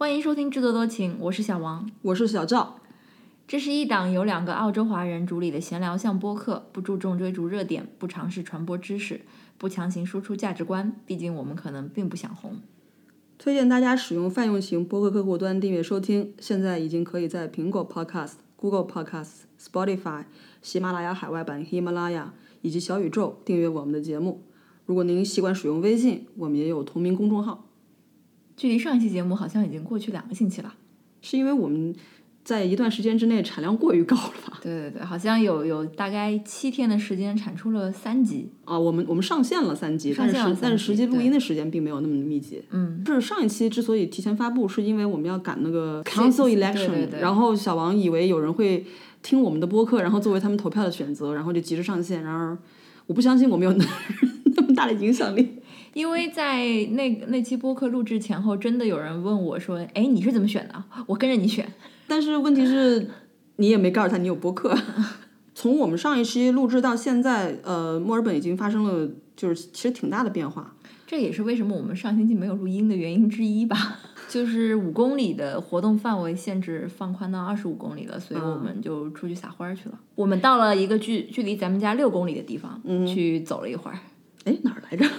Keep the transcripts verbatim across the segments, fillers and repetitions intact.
欢迎收听《制作多情》，我是小王， 我是小赵。 这是一档由两个澳洲华人主理的闲聊向播客，不注重追逐热点，不尝试传播知识，不强行输出价值观，毕竟我们可能并不想红。 推荐大家使用泛用型播客客户端订阅收听，现在已经可以在苹果 Podcast、Google Podcast、Spotify、喜马拉雅海外版喜马拉雅以及小宇宙订阅我们的节目。如果您习惯使用微信，我们也有同名公众号。 距离上一期节目好像已经过去两个星期了， 是因为我们在一段时间之内产量过于高了吧？ 对对对，好像有有大概七天的时间产出了三集啊。我们我们上线了三集， 上线了三集， 但是但是实际录音的时间并没有那么密集。 嗯， 是上一期之所以提前发布，是因为我们要赶那个 Council Election， 对对对， 然后小王以为有人会听我们的播客，然后作为他们投票的选择，然后就急着上线。然而，我不相信我们有那那么大的影响力。 因为在那那期播客录制前后，真的有人问我说：“哎，你是怎么选的？我跟着你选。” 但是问题是，你也没告诉他你有播客。从我们上一期录制到现在，呃，墨尔本已经发生了就是其实挺大的变化。 这也是为什么我们上星期没有录音的原因之一吧。就是五公里的活动范围限制放宽到二十五公里了，所以我们就出去撒欢去了。嗯、我们到了一个距距离咱们家六公里的地方， 嗯、 去走了一会儿。 哎，哪儿来着？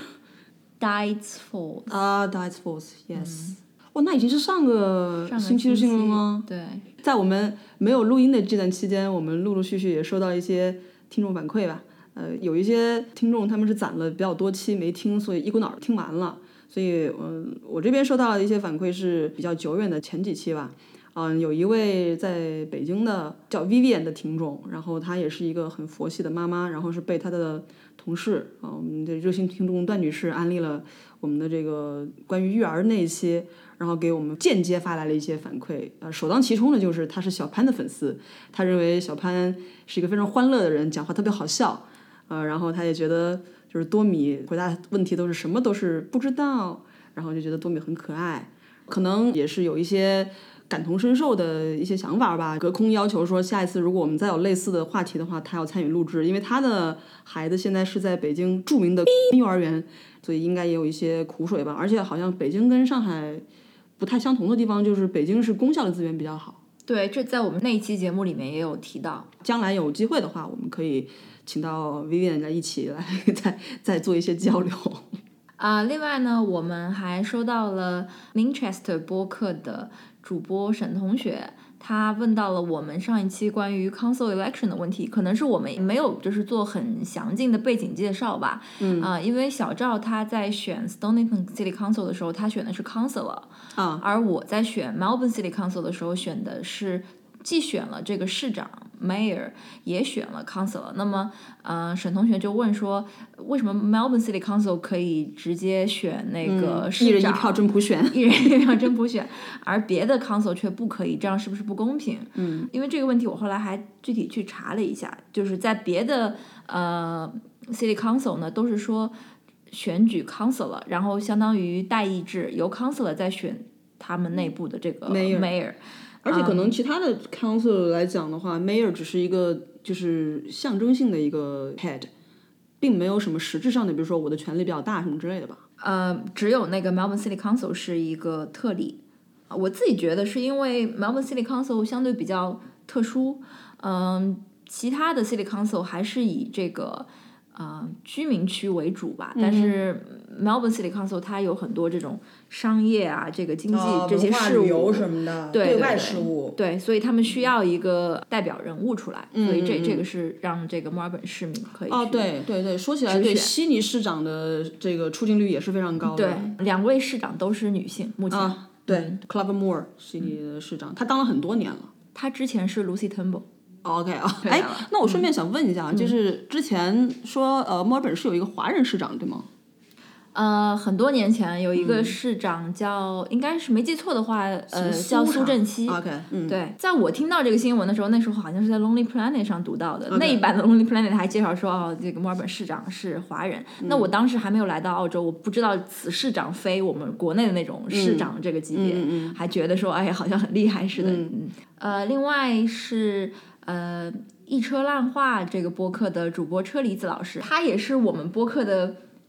Dights Falls 啊 Dights Falls yes、嗯、哇，那已经是上个星期的事情了吗？ 对， 在我们没有录音的这段期间，我们陆陆续续也收到一些听众反馈吧。呃，有一些听众他们是攒了比较多期没听，所以一股脑儿听完了。所以，嗯，我这边收到的一些反馈是比较久远的前几期吧。嗯，有一位在北京的叫 Vivian 的听众，然后她也是一个很佛系的妈妈，然后是被她的同事啊，我们的热心听众段女士安利了我们的这个关于育儿那一期，然后给我们间接发来了一些反馈。呃，首当其冲的就是她是小潘的粉丝，她认为小潘是一个非常欢乐的人，讲话特别好笑。呃，然后她也觉得就是多米回答问题都是什么都是不知道，然后就觉得多米很可爱，可能也是有一些感同身受的一些想法吧，隔空要求说下一次如果我们再有类似的话题的话，他要参与录制，因为他的孩子现在是在北京著名的幼儿园，所以应该也有一些苦水吧。而且好像北京跟上海不太相同的地方就是北京是公校的资源比较好。 对，这在我们那一期节目里面也有提到， 将来有机会的话我们可以请到 Vivian 来一起来再再做一些交流。 啊、呃，另外呢，我们还收到了 Manchester 播客的主播沈同学，他问到了我们上一期关于 Council Election 的问题，可能是我们没有就是做很详尽的背景介绍吧。 嗯啊、呃，因为小赵他在选 Stonington City Council 的时候，他选的是 Councillor 啊， 而我在选 Melbourne City Council 的时候选的是。既选了这个市长 Mayor 也选了 Councillor， 那么呃沈同学就问说为什么 Melbourne City Council 可以直接选那个市长、 嗯、一人一票真普选一人一票真普选而别的 Council 却不可以，这样是不是不公平？ 嗯， 因为这个问题我后来还具体去查了一下，就是在别的呃 City Council 呢都是说选举 Councillor， 然后相当于代议制，由 Councillor 再选他们内部的这个 Mayor, Mayor 而且可能其他的 council 来讲的话、um, mayor 只是一个就是象征性的一个 head， 并没有什么实质上的，比如说我的权力比较大什么之类的吧。 呃，只有那个 Melbourne City Council 是一个特例。我自己觉得是因为 Melbourne City Council 相对比较特殊，嗯、呃，其他的 City Council 还是以这个呃居民区为主吧，但是 Melbourne City Council 它有很多这种商业啊、这个经济、 哦、 这些事务、 旅游什么的， 对对外事务， 对，所以他们需要一个代表人物出来， 嗯、 所以这嗯这个是让这个墨尔本市民可以去哦，对对对，说起来，对悉尼市长的这个出镜率也是非常高的， 对，两位市长都是女性，目前、 啊、对、嗯、Clover Moore 悉尼的市长，他当了很多年了， 他之前是 Lucy Turnbull。OK 啊，哎，那我顺便想问一下， 嗯、 就是之前说呃墨尔本是有一个华人市长对吗？ 呃，很多年前有一个市长叫，嗯、应该是没记错的话，呃，叫苏振熙。 OK， 嗯， 对，在我听到这个新闻的时候，那时候好像是在 Lonely Planet 上读到的。 Okay. 那一版的 Lonely Planet 还介绍说，哦，这个墨尔本市长是华人。 嗯、 那我当时还没有来到澳洲，我不知道此市长非我们国内的那种市长这个级别， 嗯嗯、 还觉得说，哎呀，好像很厉害似的。 嗯嗯呃，另外是呃。一车烂话这个播客的主播车厘子老师，他也是我们播客的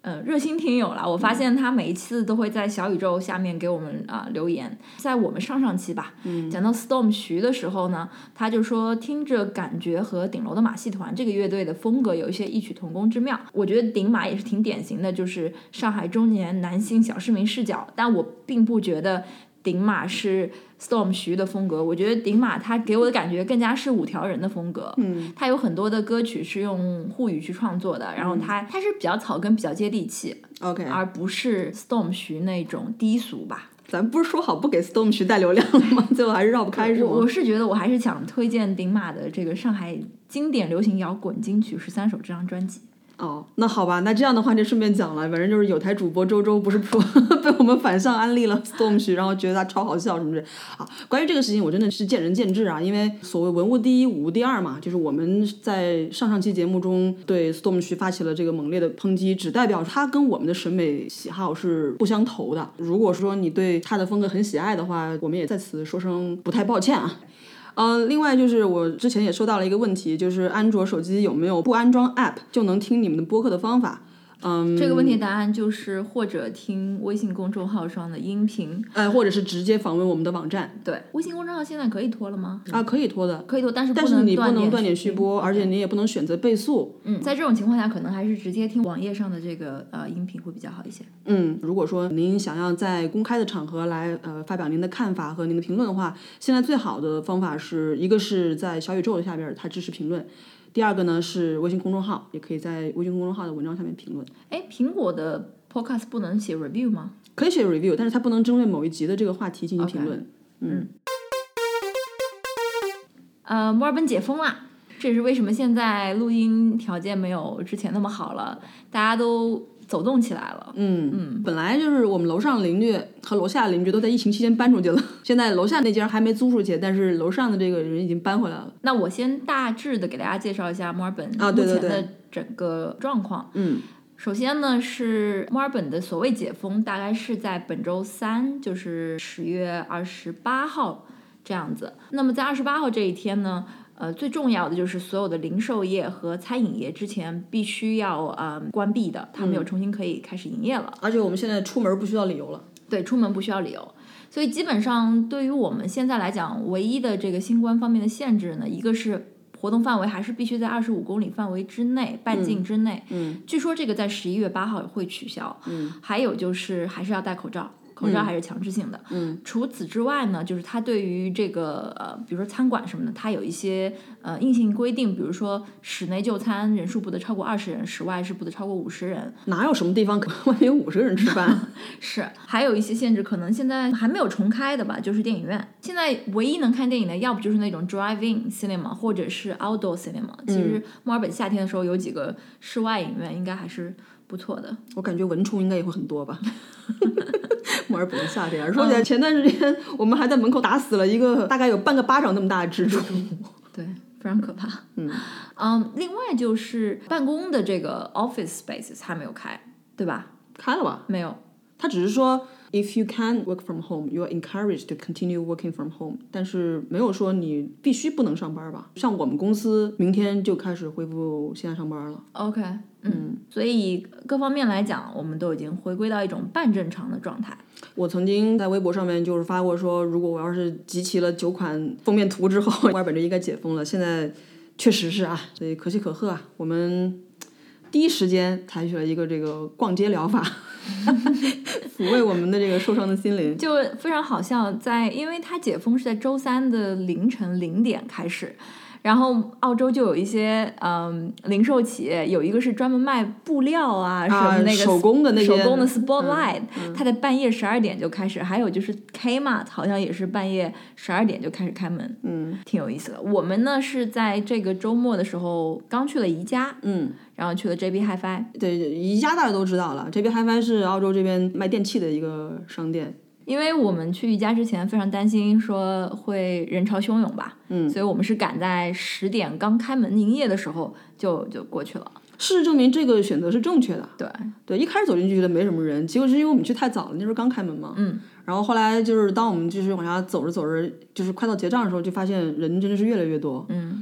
呃，热心听友了，我发现他每一次都会在小宇宙下面给我们啊、呃、留言。在我们上上期吧，嗯，讲到 Storm 徐的时候呢，他就说听着感觉和顶楼的马戏团这个乐队的风格有一些异曲同工之妙。我觉得顶马也是挺典型的，就是上海中年男性小市民视角，但我并不觉得顶马是 Storm 徐的风格，我觉得顶马他给我的感觉更加是五条人的风格。 嗯， 他有很多的歌曲是用沪语去创作的，然后他他是比较草根，比较接地气 OK， 而不是 Storm 徐那种低俗吧。 咱不是说好不给 Storm 徐带流量吗？最后还是绕不开是吗？ 我我是觉得我还是想推荐顶马的这个上海经典流行摇滚金曲十三首这张专辑。 哦，那好吧，那这样的话就顺便讲了，反正就是有台主播周周不是说被我们反向安利了 Storm 徐，然后觉得他超好笑什么的。好，关于这个事情我真的是见仁见智啊，因为所谓文物第一武物第二嘛，就是我们在上上期节目中对 Storm 徐发起了这个猛烈的抨击，只代表他跟我们的审美喜好是不相投的。如果说你对他的风格很喜爱的话，我们也在此说声不太抱歉啊。呃，另外就是我之前也收到了一个问题，就是安卓手机有没有不安装 App 就能听你们的播客的方法？嗯， 这个问题答案就是或者听微信公众号上的音频， 呃，或者是直接访问我们的网站。 对，微信公众号现在可以拖了吗？ 啊，可以拖的， 可以拖，但是但是你不能断断点续播，而且你也不能选择倍速。 嗯，在这种情况下，可能还是直接听网页上的这个呃音频会比较好一些。 嗯，如果说您想要在公开的场合来呃发表您的看法和您的评论的话，现在最好的方法是一个是在小宇宙下边它支持评论。第二个呢是微信公众号，也可以在微信公众号的文章下面评论。 哎，苹果的 podcast 不能写 review 吗？ 可以写 review， 但是它不能针对某一集的这个话题进行评论。Okay. 嗯。 呃，墨尔本解封啦，这也是为什么现在录音条件没有之前那么好了，大家都走动起来了。 嗯嗯，本来就是我们楼上邻居和楼下邻居都在疫情期间搬出去了，现在楼下那家还没租出去，但是楼上的这个人已经搬回来了。 那我先大致的给大家介绍一下墨尔本目前的整个状况。 啊、对对对嗯， 首先呢是墨尔本的所谓解封，大概是在本周三，就是十月二十八号这样子。那么在二十八号这一天呢，呃，最重要的就是所有的零售业和餐饮业之前必须要呃关闭的，他们又重新可以开始营业了。 而且我们现在出门不需要理由了。 对，出门不需要理由。所以基本上对于我们现在来讲，唯一的这个新冠方面的限制呢，一个是活动范围还是必须在二十五公里范围之内，半径之内。 嗯， 据说这个在十一月八号会取消。 嗯， 还有就是还是要戴口罩。口罩还是强制性的。 嗯， 除此之外呢，就是它对于这个呃，比如说餐馆什么的，它有一些呃硬性规定，比如说室内就餐人数不得超过二十人，室外是不得超过五十人。 哪有什么地方可外面有五十个人吃饭？ 是，还有一些限制，可能现在还没有重开的吧，就是电影院。现在唯一能看电影的，要不就是那种 drive-in cinema， 或者是 outdoor cinema。其实墨尔本夏天的时候有几个室外影院，应该还是不错的。 我感觉蚊虫应该也会很多吧。墨尔本的夏天，说起来，前段时间我们还在门口打死了一个大概有半个巴掌那么大的蜘蛛， 对，非常可怕。 嗯嗯，另外就是办公的这个 office spaces 还没有开，对吧？ 开了吧？ 没有， 他只是说 if you can work from home, you are encouraged to continue working from home， 但是没有说你必须不能上班吧？像我们公司明天就开始恢复线下上班了。 OK， 嗯，所以各方面来讲，我们都已经回归到一种半正常的状态。 我曾经在微博上面就是发过说，如果我要是集齐了九款封面图之后，墨尔本就应该解封了。现在确实是啊，所以可喜可贺啊，我们第一时间采取了一个这个逛街疗法，抚慰我们的这个受伤的心灵。 就非常好笑，在因为它解封是在周三的凌晨零点开始。然后澳洲就有一些嗯零售企业，有一个是专门卖布料啊，什么那个手工的那些手工的 Spotlight， 嗯嗯、 它在半夜十二点就开始，还有就是 Kmart 好像也是半夜十二点就开始开门， 嗯， 挺有意思的。我们呢是在这个周末的时候刚去了宜家， 嗯， 然后去了 J B Hi-Fi。 对，宜家大家都知道了 ，J B Hi-Fi 是澳洲这边卖电器的一个商店。 因为我们去宜家之前非常担心说会人潮汹涌吧， 嗯， 所以我们是赶在十点刚开门营业的时候就就过去了。 事实证明这个选择是正确的。 对对，一开始走进去觉得没什么人，结果是因为我们去太早了，那时候刚开门嘛。 嗯。 然后后来就是当我们就是往下走着走着，就是快到结账的时候，就发现人真的是越来越多。 嗯。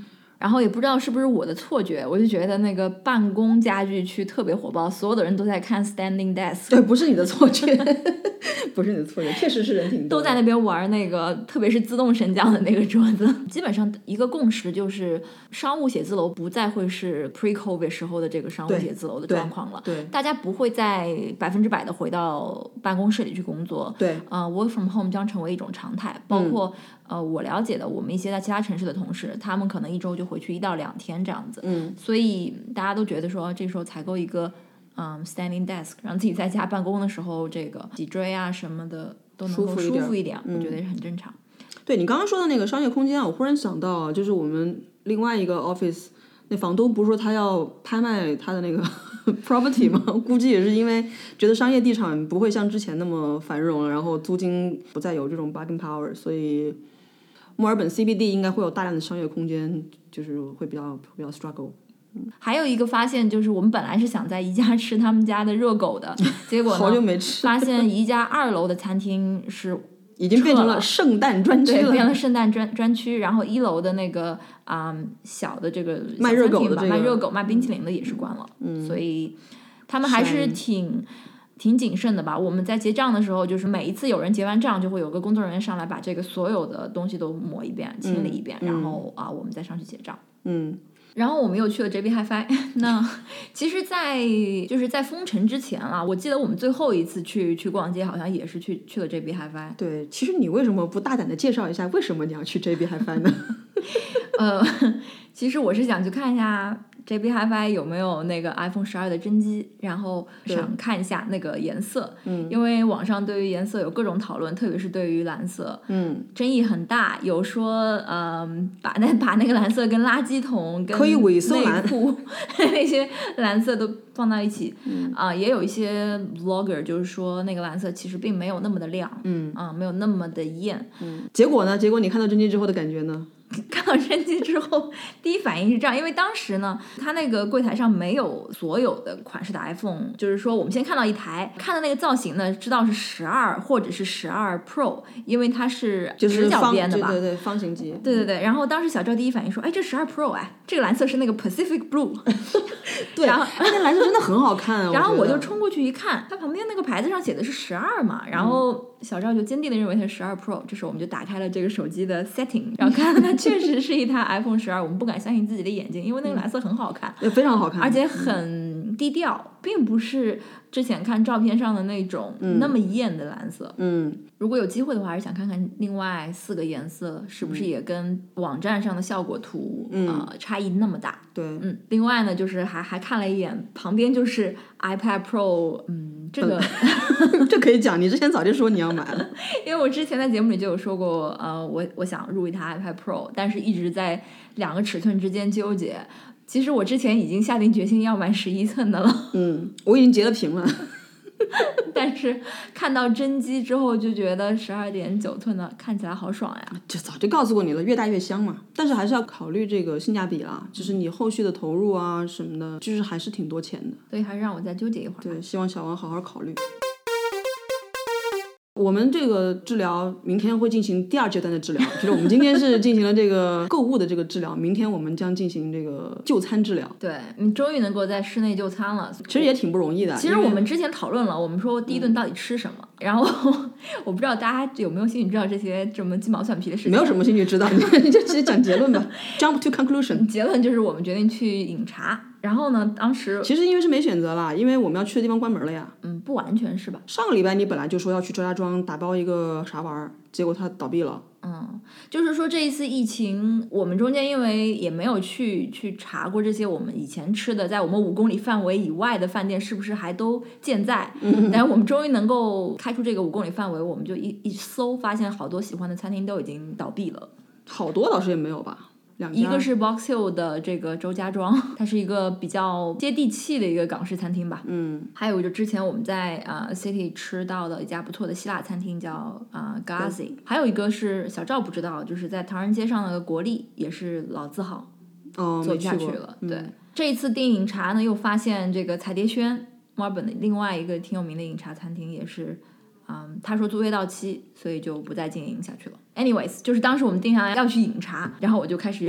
然后也不知道是不是我的错觉，我就觉得那个办公家具区特别火爆，所有的人都在看 standing desk。 对，不是你的错觉不是你的错觉，确实是人挺多都在那边玩那个，特别是自动升降的那个桌子。基本上一个共识就是，商务写字楼不再会是 pre-COVID 时候的这个商务写字楼的状况了。 对，对大家不会再百分之百的回到办公室里去工作。 对， 呃 ，work from home 将成为一种常态。包括、嗯、呃，我了解的，我们一些在其他城市的同事，他们可能一周就回去一到两天这样子。 嗯， 所以大家都觉得说，这时候采购一个。嗯 ，standing desk， 让自己在家办公的时候，这个脊椎啊什么的都能够舒服一点， 嗯、 我觉得也是很正常。 对，你刚刚说的那个商业空间啊，我忽然想到，就是我们另外一个 office 那房东不是说他要拍卖他的那个property 吗？估计也是因为觉得商业地产不会像之前那么繁荣了，然后租金不再有这种 bargaining power， 所以墨尔本 C B D 应该会有大量的商业空间，就是会比较比较 struggle。 还有一个发现就是，我们本来是想在宜家吃他们家的热狗的，结果呢， 好久没吃， 发现宜家二楼的餐厅是已经变成了圣诞专区了， 对，变成了圣诞专专区。然后一楼的那个啊、嗯、小的这个卖热狗的、这个、 卖热狗、卖冰淇淋的也是关了，嗯，所以他们还是挺挺谨慎的吧。我们在结账的时候，就是每一次有人结完账，就会有个工作人员上来把这个所有的东西都抹一遍、清理一遍， 嗯、 然后啊，我们再上去结账。 嗯。 然后我们又去了 J B Hi-Fi 那其实在就是在封城之前啊，我记得我们最后一次去去逛街好像也是去去了 J B Hi-Fi。 对，其实你为什么不大胆的介绍一下为什么你要去 J B Hi-Fi 呢？ 呃，其实我是想去看一下J B Hi-Fi 有没有那个 iPhone 十二的真机，然后想看一下那个颜色， 嗯， 因为网上对于颜色有各种讨论，特别是对于蓝色， 嗯， 争议很大，有说嗯把那把那个蓝色跟垃圾桶跟可以伪搜蓝内裤那些蓝色都放在一起， 嗯啊、呃，也有一些 vlogger 就是说那个蓝色其实并没有那么的亮， 嗯啊、呃，没有那么的艳， 嗯，结果呢？结果你看到真机之后的感觉呢？ 看到真机之后，第一反应是这样，因为当时呢，它那个柜台上没有所有的款式的 iPhone， 就是说我们先看到一台，看到那个造型呢，知道是十二或者是十二 Pro， 因为它是直角边的吧， 就是、对对对，方形机， 对对对。然后当时小赵第一反应说，哎，这十二 Pro 哎，这个蓝色是那个 Pacific Blue， 对，然后那蓝色真的很好看、啊， 然后我就冲过去一看，它旁边那个牌子上写的是十二嘛，然后小赵就坚定的认为它是十二 Pro， 这时候我们就打开了这个手机的 setting， 然后看到它确实是一台iPhone 十二，我们不敢相信自己的眼睛，因为那个蓝色很好看， 嗯、非常好看， 而且很低调，并不是之前看照片上的那种那么艳的蓝色。 嗯， 如果有机会的话，还是想看看另外四个颜色是不是也跟网站上的效果图、 嗯、 呃差异那么大。 对， 嗯，另外呢，就是还还看了一眼旁边就是 iPad Pro， 嗯，这个这可以讲，你之前早就说你要买了， 因为我之前在节目里就有说过，呃，我我想入一台 iPad Pro， 但是一直在两个尺寸之间纠结。其实我之前已经下定决心要买十一寸的了， 嗯，我已经截了屏了。 但是看到真机之后就觉得十二点九寸的看起来好爽呀， 就早就告诉过你了，越大越香嘛。但是还是要考虑这个性价比啦，就是你后续的投入啊什么的，就是还是挺多钱的， 所以还是让我再纠结一会儿。 对，希望小王好好考虑。我们这个治疗明天会进行第二阶段的治疗，就是我们今天是进行了这个购物的这个治疗，明天我们将进行这个就餐治疗。 对，你终于能够在室内就餐了， 其实也挺不容易的。 其实我们之前讨论了，我们说第一顿到底吃什么，嗯、然后我不知道大家有没有兴趣知道这些这么鸡毛蒜皮的事情。 没有什么兴趣知道，你你就直接讲结论吧。Jump to conclusion。 结论就是我们决定去饮茶。然后呢，当时其实因为是没选择啦，因为我们要去的地方关门了呀。 嗯，不完全是吧？ 上个礼拜你本来就说要去周家庄打包一个啥玩意儿，结果它倒闭了。 嗯，就是说这一次疫情，我们中间因为也没有去去查过这些我们以前吃的，在我们五公里范围以外的饭店是不是还都健在。嗯，但是我们终于能够开出这个五公里范围，我们就一一搜，发现好多喜欢的餐厅都已经倒闭了。 好多倒是也没有吧。 一个是 Box Hill 的这个周家庄，它是一个比较接地气的一个港式餐厅吧。 嗯， 还有就之前我们在呃 City 吃到的一家不错的希腊餐厅叫啊、呃、Gazi， 还有一个是小赵不知道，就是在唐人街上的国立，也是老字号。 哦， 做不下去了。 嗯、 对，这一次订饮茶呢，又发现这个彩蝶轩，墨尔本的另外一个挺有名的饮茶餐厅也是。嗯，他说租约到期，所以就不再经营下去了。Anyways， 就是当时我们定下来要去饮茶，然后我就开始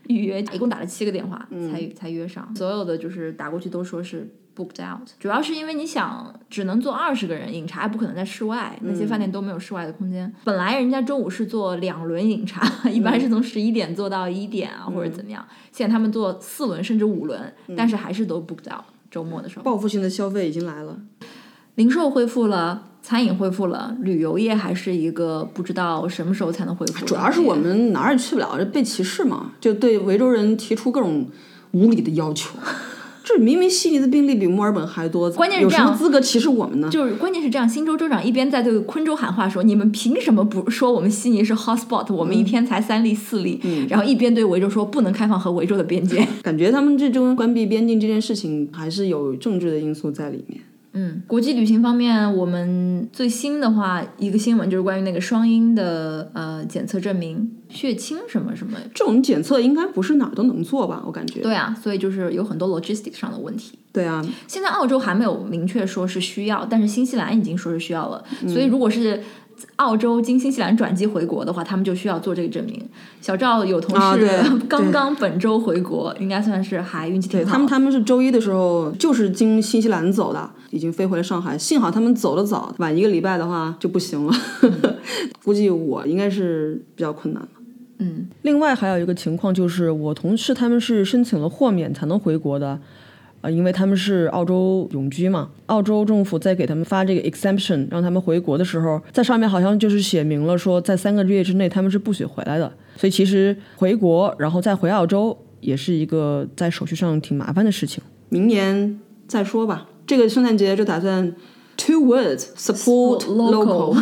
预约，一共打了七个电话才、嗯、才约上，所有的就是打过去都说是 booked out， 主要是因为你想只能坐二十个人，饮茶也不可能在室外，那些饭店都没有室外的空间、嗯、本来人家中午是做两轮饮茶，一般是从十一点做到一点啊、嗯、或者怎么样，现在他们做四轮甚至五轮、嗯、但是还是都 booked out， 周末的时候报复性的消费已经来了， 零售恢复了，餐饮恢复了，旅游业还是一个不知道什么时候才能恢复。 主要是我们哪儿也去不了，被歧视嘛，就对维州人提出各种无理的要求。这明明悉尼的病例比墨尔本还多， 关键是这样， 有什么资格歧视我们呢？ 就是关键是这样，新州州长一边在对昆州喊话说，你们凭什么不说我们悉尼是 hotspot， 我们一天才三例四例、嗯、然后一边对维州说不能开放和维州的边界。 感觉他们这种关闭边境这件事情还是有政治的因素在里面。 嗯，国际旅行方面，我们最新的话一个新闻就是关于那个双阴的呃检测证明血清什么什么， 这种检测应该不是哪儿都能做吧，我感觉。 对啊，所以就是有很多 logistics 上的问题。 对啊， 现在澳洲还没有明确说是需要，但是新西兰已经说是需要了、嗯、所以如果是澳洲经新西兰转机回国的话，他们就需要做这个证明。小赵有同事、啊、刚刚本周回国，应该算是还运气挺好。 对，他们他们是周一的时候就是经新西兰走的，已经飞回了上海，幸好他们走得早，晚一个礼拜的话就不行了。估计我应该是比较困难的。 嗯， 另外还有一个情况就是我同事他们是申请了豁免才能回国的。呃，因为他们是澳洲永居嘛，澳洲政府在给他们发这个 exemption 让他们回国的时候，在上面好像就是写明了说在三个月之内他们是不许回来的，所以其实回国然后再回澳洲也是一个在手续上挺麻烦的事情。明年再说吧，这个圣诞节就打算 two words support local。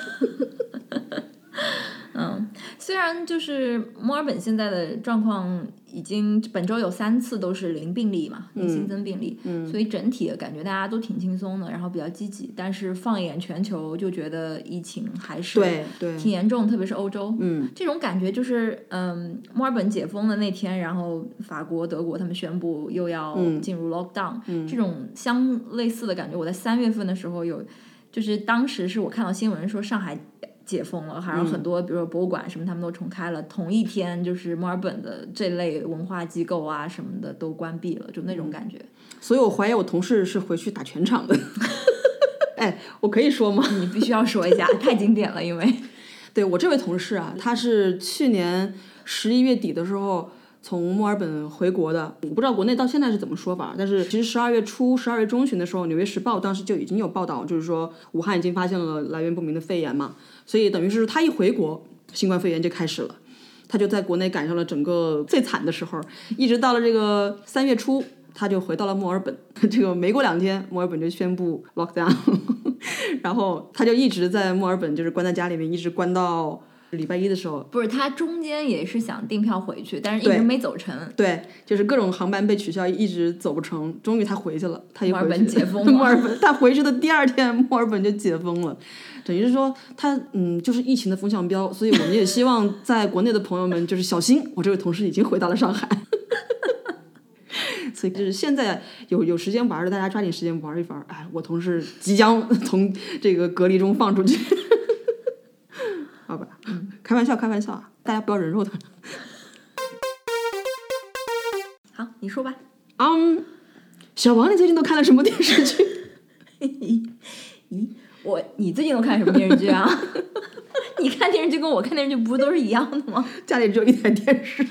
嗯，虽然就是墨尔本现在的状况已经本周有三次都是零病例嘛，零新增病例、嗯、所以整体的感觉大家都挺轻松的，然后比较积极，但是放眼全球就觉得疫情还是挺严重，特别是欧洲。 嗯， 这种感觉就是嗯，墨尔本解封的那天，然后法国德国他们宣布又要进入 lockdown、嗯、这种相类似的感觉我在三月份的时候有，就是当时是我看到新闻说上海解封了，还有很多比如说博物馆什么他们都重开了、嗯、同一天就是墨尔本的这类文化机构啊什么的都关闭了，就那种感觉、嗯、 所以我怀疑我同事是回去打全场的。哎，我可以说吗？ 你必须要说一下，太经典了。因为对，我这位同事啊，他是去年十一月底的时候从墨尔本回国的，我不知道国内到现在是怎么说法，但是其实十二月初十二月中旬的时候，纽约时报当时就已经有报道，就是说武汉已经发现了来源不明的肺炎嘛，所以等于是他一回国新冠肺炎就开始了，他就在国内赶上了整个最惨的时候，一直到了这个三月初他就回到了墨尔本，这个没过两天墨尔本就宣布 lockdown 然后他就一直在墨尔本就是关在家里面，一直关到礼拜一的时候。 不是，他中间也是想订票回去，但是一直没走成。 对, 对，就是各种航班被取消，一直走不成，终于他回去了，他一回去墨尔本解封了。 墨尔本他回去的第二天墨尔本就解封了，等于是说他嗯就是疫情的风向标，所以我们也希望在国内的朋友们就是小心，我这位同事已经回到了上海。所以就是现在有有时间玩的大家抓紧时间玩一玩，哎，我同事即将从这个隔离中放出去。好吧，嗯，开玩笑开玩笑啊，大家不要人肉他。 好，你说吧。 嗯、um, 小王你最近都看了什么电视剧？ 咦，我你最近都看什么电视剧啊？你看电视剧跟我看电视剧不都是一样的吗？ 家里只有一台电视。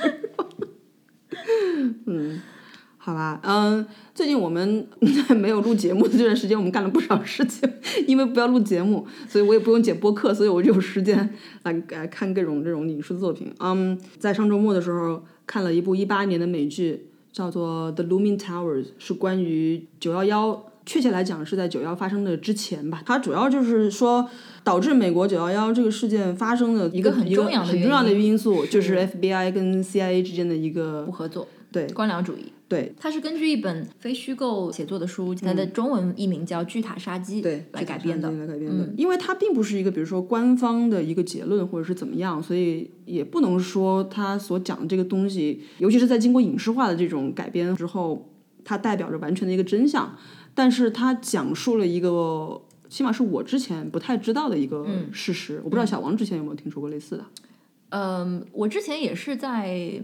嗯，好吧，嗯，最近我们在没有录节目的这段时间，我们干了不少事情。因为不要录节目，所以我也不用剪播客，所以我就有时间来来看各种这种影视作品。嗯，在上周末的时候看了一部一八年的美剧，叫做《The Looming Towers》，是关于九一一，确切来讲是在九一一发生的之前吧。它主要就是说导致美国九一一这个事件发生的一个很重要的很重要的因素，就是 F B I 跟 C I A 之间的一个不合作， 对， 官僚主义。 对， 它是根据一本非虚构写作的书，它的中文译名叫《巨塔杀机》 对来改编的。 来改编的、嗯，因为它并不是一个比如说官方的一个结论或者是怎么样，所以也不能说它所讲的这个东西，尤其是在经过影视化的这种改编之后，它代表着完全的一个真相。但是它讲述了一个起码是我之前不太知道的一个事实、嗯、我不知道小王之前有没有听说过类似的。 嗯，我之前也是在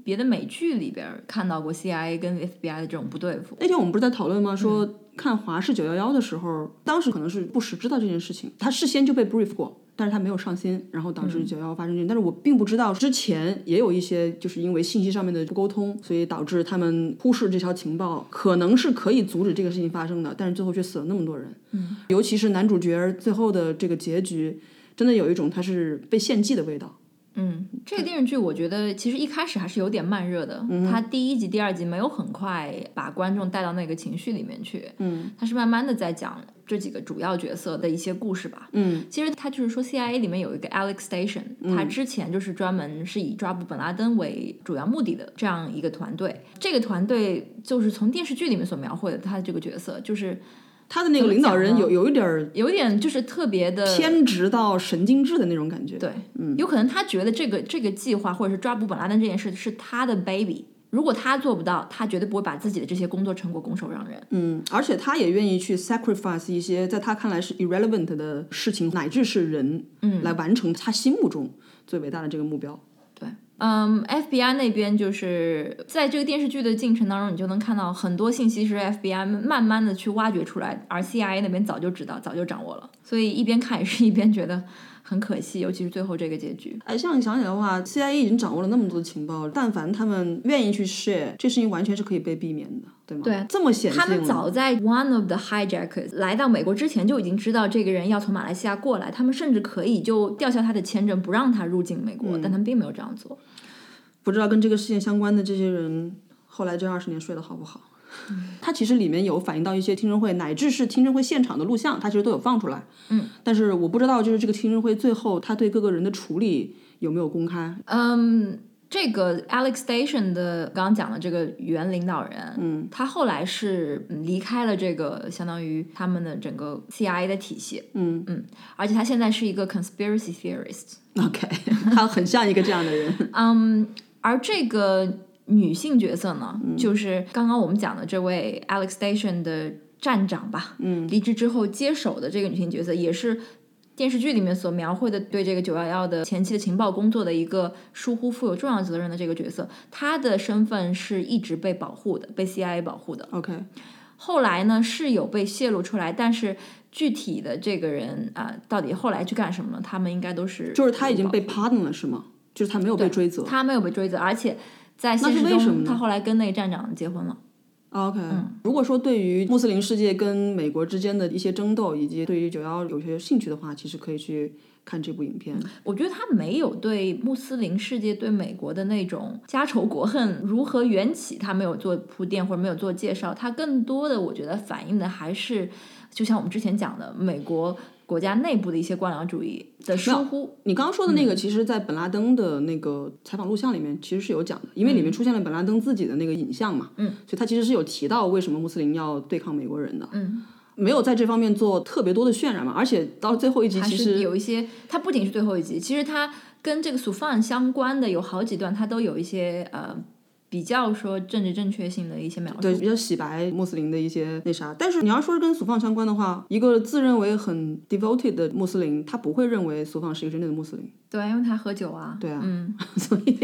别的美剧里边看到过 C I A 跟 F B I 的这种不对付。 那天我们不是在讨论吗？说看华视九一一的时候，当时可能是不时知道这件事情，他事先就被 brief 过，但是他没有上心，然后导致九一一发生这件、嗯、但是我并不知道之前也有一些就是因为信息上面的不沟通，所以导致他们忽视这条情报，可能是可以阻止这个事情发生的，但是最后却死了那么多人。嗯，尤其是男主角最后的这个结局，真的有一种他是被献祭的味道。 嗯，这个电视剧我觉得其实一开始还是有点慢热的，嗯、它第一集、第二集没有很快把观众带到那个情绪里面去，嗯，它是慢慢的在讲这几个主要角色的一些故事吧，嗯，其实它就是说 C I A 里面有一个 Alex Station，嗯，它之前就是专门是以抓捕本拉登为主要目的的这样一个团队，这个团队就是从电视剧里面所描绘的他的这个角色就是。 他的那个领导人有有一点有点就是特别的偏执到神经质的那种感觉。 对，嗯，有可能他觉得这个这个计划或者是抓捕本拉登这件事是他的 baby， 如果他做不到，他绝对不会把自己的这些工作成果拱手让人。 嗯，而且他也愿意去 sacrifice 一些在他看来是 irrelevant 的事情，乃至是人，嗯，来完成他心目中最伟大的这个目标。 对。嗯 ，F B I 那边就是在这个电视剧的进程当中，你就能看到很多信息是 F B I 慢慢的去挖掘出来，而 C I A 那边早就知道，早就掌握了，所以一边看也是一边觉得很可惜，尤其是最后这个结局。 哎，像你想起来的话 ，C I A 已经掌握了那么多的情报，但凡他们愿意去 share， 这事情完全是可以被避免的，对吗？ 对， 这么显性。 他们早在 one of the hijackers 来到美国之前就已经知道这个人要从马来西亚过来，他们甚至可以就吊销他的签证，不让他入境美国，嗯、但他们并没有这样做。 不知道跟这个事件相关的这些人后来这二十年睡得好不好、嗯、他其实里面有反映到一些听证会乃至是听证会现场的录像，他其实都有放出来，嗯，但是我不知道就是这个听证会最后他对各个人的处理有没有公开。 嗯，这个 Alex Station 的刚刚讲的这个原领导人，嗯，他后来是离开了这个相当于他们的整个 C I A 的体系，嗯嗯，而且他现在是一个 conspiracy theorist。OK， 他很像一个这样的人。 嗯，而这个女性角色呢、嗯、就是刚刚我们讲的这位 Alex Station 的站长吧，嗯，离职之后接手的这个女性角色，也是电视剧里面所描绘的对这个九一一的前期的情报工作的一个疏忽负有重要责任的这个角色，她的身份是一直被保护的，被 C I A 保护的。 OK， 后来呢是有被泄露出来，但是具体的这个人啊、呃，到底后来去干什么呢？他们应该都是就是他已经被 pardon 了是吗？就是他没有被追责， 他没有被追责，而且在现实中他后来跟那个站长结婚了。 OK，嗯，如果说对于穆斯林世界跟美国之间的一些争斗，以及对于九一一有些兴趣的话，其实可以去看这部影片。 我觉得他没有对穆斯林世界对美国的那种家仇国恨如何缘起，他没有做铺垫或者没有做介绍，他更多的我觉得反映的还是就像我们之前讲的美国国家内部的一些官僚主义的疏忽。 你刚刚说的那个、嗯、其实在本拉登的那个采访录像里面其实是有讲的，因为里面出现了本拉登自己的那个影像嘛，嗯，所以他其实是有提到为什么穆斯林要对抗美国人的，嗯，没有在这方面做特别多的渲染嘛，而且到最后一集其实还是有一些，它不仅是最后一集，其实它跟这个苏范相关的有好几段它都有一些呃比较说政治正确性的一些描述， 对，比较洗白穆斯林的一些那啥。但是你要说跟苏放相关的话，一个自认为很 devoted 的穆斯林，他不会认为苏放是一个真正的穆斯林。 对，因为他喝酒啊。 对啊， 嗯， 所以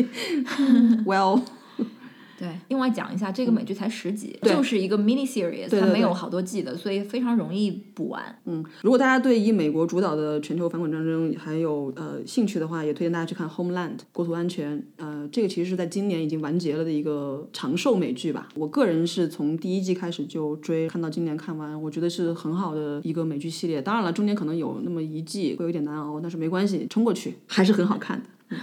well。 对，另外讲一下，这个美剧才十集，嗯、就是一个 mini series， 它没有好多季的，所以非常容易补完。 嗯，如果大家对以美国主导的全球反恐战争还有呃兴趣的话，也推荐大家去看 Homeland 国土安全。呃，这个其实是在今年已经完结了的一个长寿美剧吧。我个人是从第一季开始就追，看到今年看完，我觉得是很好的一个美剧系列。当然了，中间可能有那么一季会有点难熬，但是没关系，冲过去还是很好看的。嗯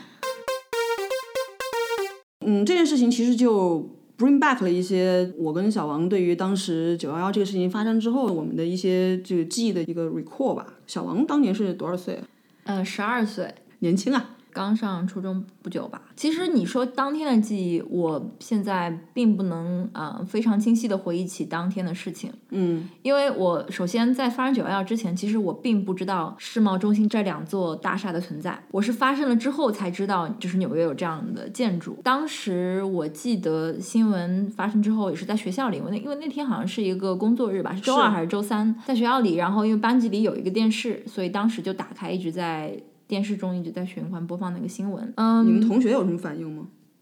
嗯，这件事情其实就 bring back 了一些我跟小王对于当时九一一这个事情发生之后我们的一些这个记忆的一个 recall 吧。小王当年是多少岁？ 呃，十二岁， 年轻啊， 刚上初中不久吧。其实你说当天的记忆，我现在并不能呃非常清晰的回忆起当天的事情。嗯，因为我首先在发生九一一之前，其实我并不知道世贸中心这两座大厦的存在，我是发生了之后才知道，就是纽约有这样的建筑。当时我记得新闻发生之后，也是在学校里，因为因为那天好像是一个工作日吧，是周二还是周三，在学校里，然后因为班级里有一个电视，所以当时就打开，一直在电视中一直在循环播放那个新闻。嗯， 你们同学有什么反应吗？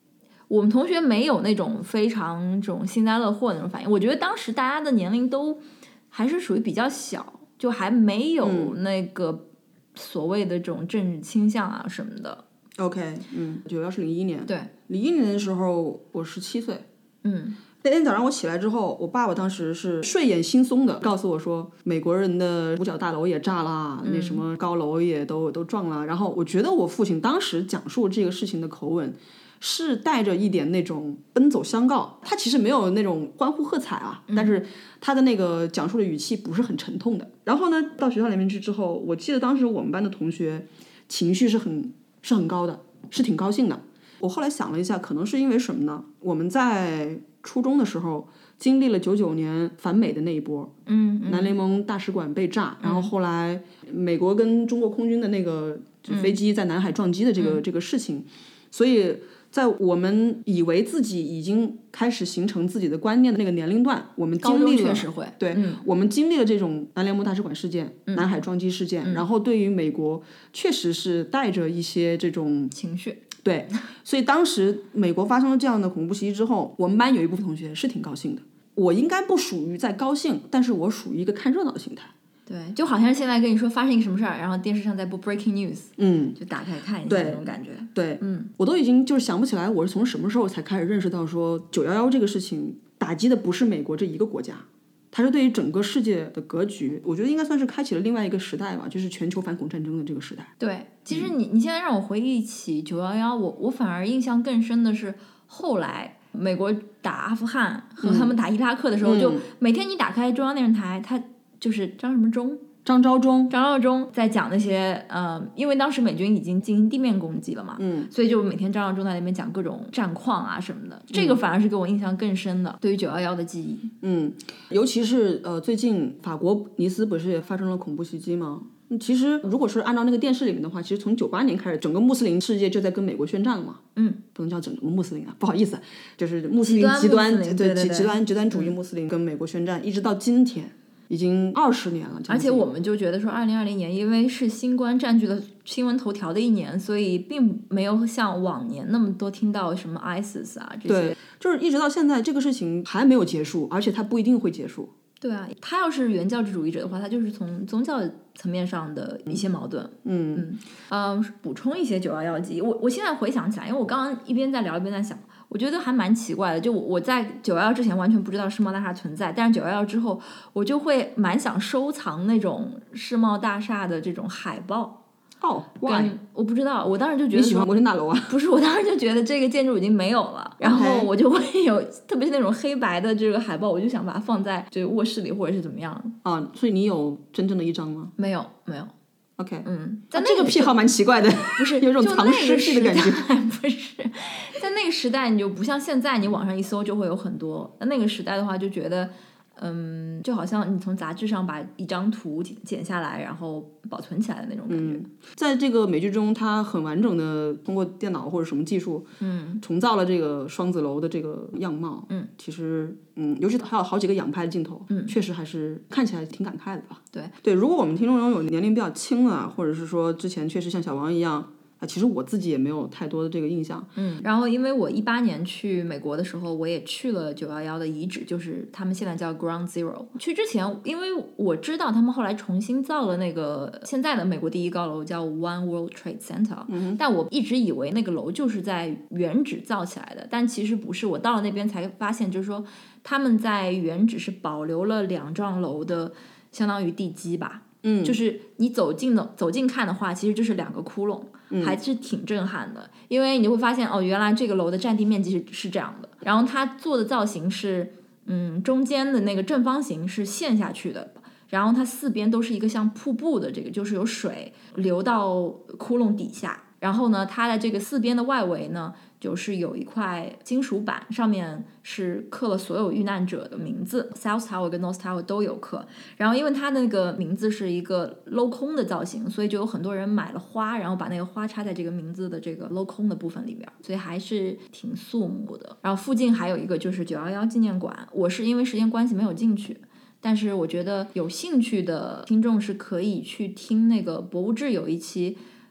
我们同学没有那种非常这种幸灾乐祸的那种反应。我觉得当时大家的年龄都还是属于比较小，就还没有那个所谓的这种政治倾向啊什么的。 OK， 嗯，九幺是零一年， 对， 零一年的时候我十七岁， 嗯。 那天早上我起来之后，我爸爸当时是睡眼惺忪的告诉我说，美国人的五角大楼也炸了， 嗯、 那什么高楼也都都撞了。然后我觉得我父亲当时讲述这个事情的口吻是带着一点那种奔走相告，他其实没有那种欢呼喝彩啊， 嗯、 但是他的那个讲述的语气不是很沉痛的。然后呢，到学校里面去之后，我记得当时我们班的同学情绪是很是很高的，是挺高兴的。我后来想了一下，可能是因为什么呢？我们在初中的时候经历了九九年反美的那一波， 嗯， 南联盟大使馆被炸，嗯、然后后来美国跟中国空军的那个飞机在南海撞击的这个、嗯、这个事情，所以在我们以为自己已经开始形成自己的观念的那个年龄段，我们经历了， 确实会， 对、 嗯， 我们经历了这种南联盟大使馆事件、 嗯、 南海撞击事件、 嗯， 然后对于美国确实是带着一些这种情绪。 对，所以当时美国发生了这样的恐怖袭击之后，我们班有一部分同学是挺高兴的。我应该不属于在高兴，但是我属于一个看热闹的心态。 对，就好像现在跟你说发生一个什么事儿，然后电视上在播 breaking news， 嗯， 就打开看一下那种感觉。 对， 嗯， 我都已经就是想不起来我是从什么时候才开始认识到说九一一这个事情打击的不是美国这一个国家。它是对于整个世界的格局，我觉得应该算是开启了另外一个时代吧，就是全球反恐战争的这个时代。 对，其实你、嗯、你现在让我回忆起九一一，我我反而印象更深的是后来美国打阿富汗和他们打伊拉克的时候，嗯、就每天你打开中央电视台，它就是张什么忠。 张召忠， 张召忠在讲那些呃，因为当时美军已经进行地面攻击了嘛， 嗯， 所以就每天张召忠在那边讲各种战况啊什么的，这个反而是给我印象更深的，嗯、对于九一一的记忆。 嗯，尤其是呃，最近法国尼斯不是也发生了恐怖袭击吗？其实如果是按照那个电视里面的话，其实从九八年开始，整个穆斯林世界就在跟美国宣战了嘛。 嗯， 不能叫整个穆斯林啊，不好意思，就是穆斯林极端对极端极端主义穆斯林跟美国宣战，嗯、一直到今天。已经二十年了， 而且我们就觉得说，二零二零年因为是新冠占据了新闻头条的一年，所以并没有像往年那么多听到什么 ISIS 啊这些。 对，就是一直到现在，这个事情还没有结束，而且它不一定会结束。 对啊，他要是原教旨主义者的话，他就是从宗教层面上的一些矛盾。 嗯嗯嗯，补充一些九一一记忆。我我现在回想起来，因为我刚刚一边在聊一边在想。我觉得还蛮奇怪的，就我我在九一一之前完全不知道世贸大厦存在，但是九一一之后，我就会蛮想收藏那种世贸大厦的这种海报。 哦、oh, ，why？ 我不知道，我当时就觉得你喜欢摩天大楼啊？ 不是，我当时就觉得这个建筑已经没有了，然后我就会有， okay. 特别是那种黑白的这个海报，我就想把它放在这个卧室里或者是怎么样。 啊，所以你有真正的一张吗？ 没有，没有。 OK， 嗯， 在、啊、这个癖好蛮奇怪的， 不是有种藏尸癖的感觉。 不是，在那个时代，你就不像现在，你网上一搜就会有很多。那那个时代的话，就觉得，嗯，就好像你从杂志上把一张图剪下来，然后保存起来的那种感觉。 嗯、在这个美剧中，它很完整的通过电脑或者什么技术， 嗯， 重造了这个双子楼的这个样貌。 嗯， 其实，嗯，尤其还有好几个仰拍的镜头， 嗯， 确实还是看起来挺感慨的吧。 对对，如果我们听众中有年龄比较轻啊，或者是说之前确实像小王一样。啊，其实我自己也没有太多的这个印象。 嗯，然后因为我一八年去美国的时候，我也去了九一一的遗址，就是他们现在叫 Ground Zero。去之前，因为我知道他们后来重新造了那个现在的美国第一高楼叫 One World Trade Center， 嗯， 但我一直以为那个楼就是在原址造起来的，但其实不是。我到了那边才发现，就是说他们在原址是保留了两幢楼的相当于地基吧。 嗯， 就是你走近的走近看的话，其实就是两个窟窿， 嗯， 还是挺震撼的。因为你会发现，哦，原来这个楼的占地面积是是这样的。然后它做的造型是，嗯，中间的那个正方形是陷下去的，然后它四边都是一个像瀑布的这个，就是有水流到窟窿底下。然后呢，它的这个四边的外围呢，就是有一块金属板，上面是刻了所有遇难者的名字 ，South Tower 跟 North Tower 都有刻。然后因为它的那个名字是一个镂空的造型，所以就有很多人买了花，然后把那个花插在这个名字的这个镂空的部分里边，所以还是挺肃穆的。然后附近还有一个就是九一一纪念馆，我是因为时间关系没有进去。但是我觉得有兴趣的听众是可以去听那个博物志有一期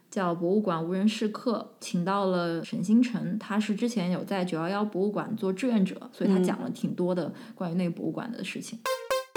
叫博物馆无人试课，请到了沈星辰，他是之前有在九一一博物馆做志愿者，所以他讲了挺多的关于那个博物馆的事情。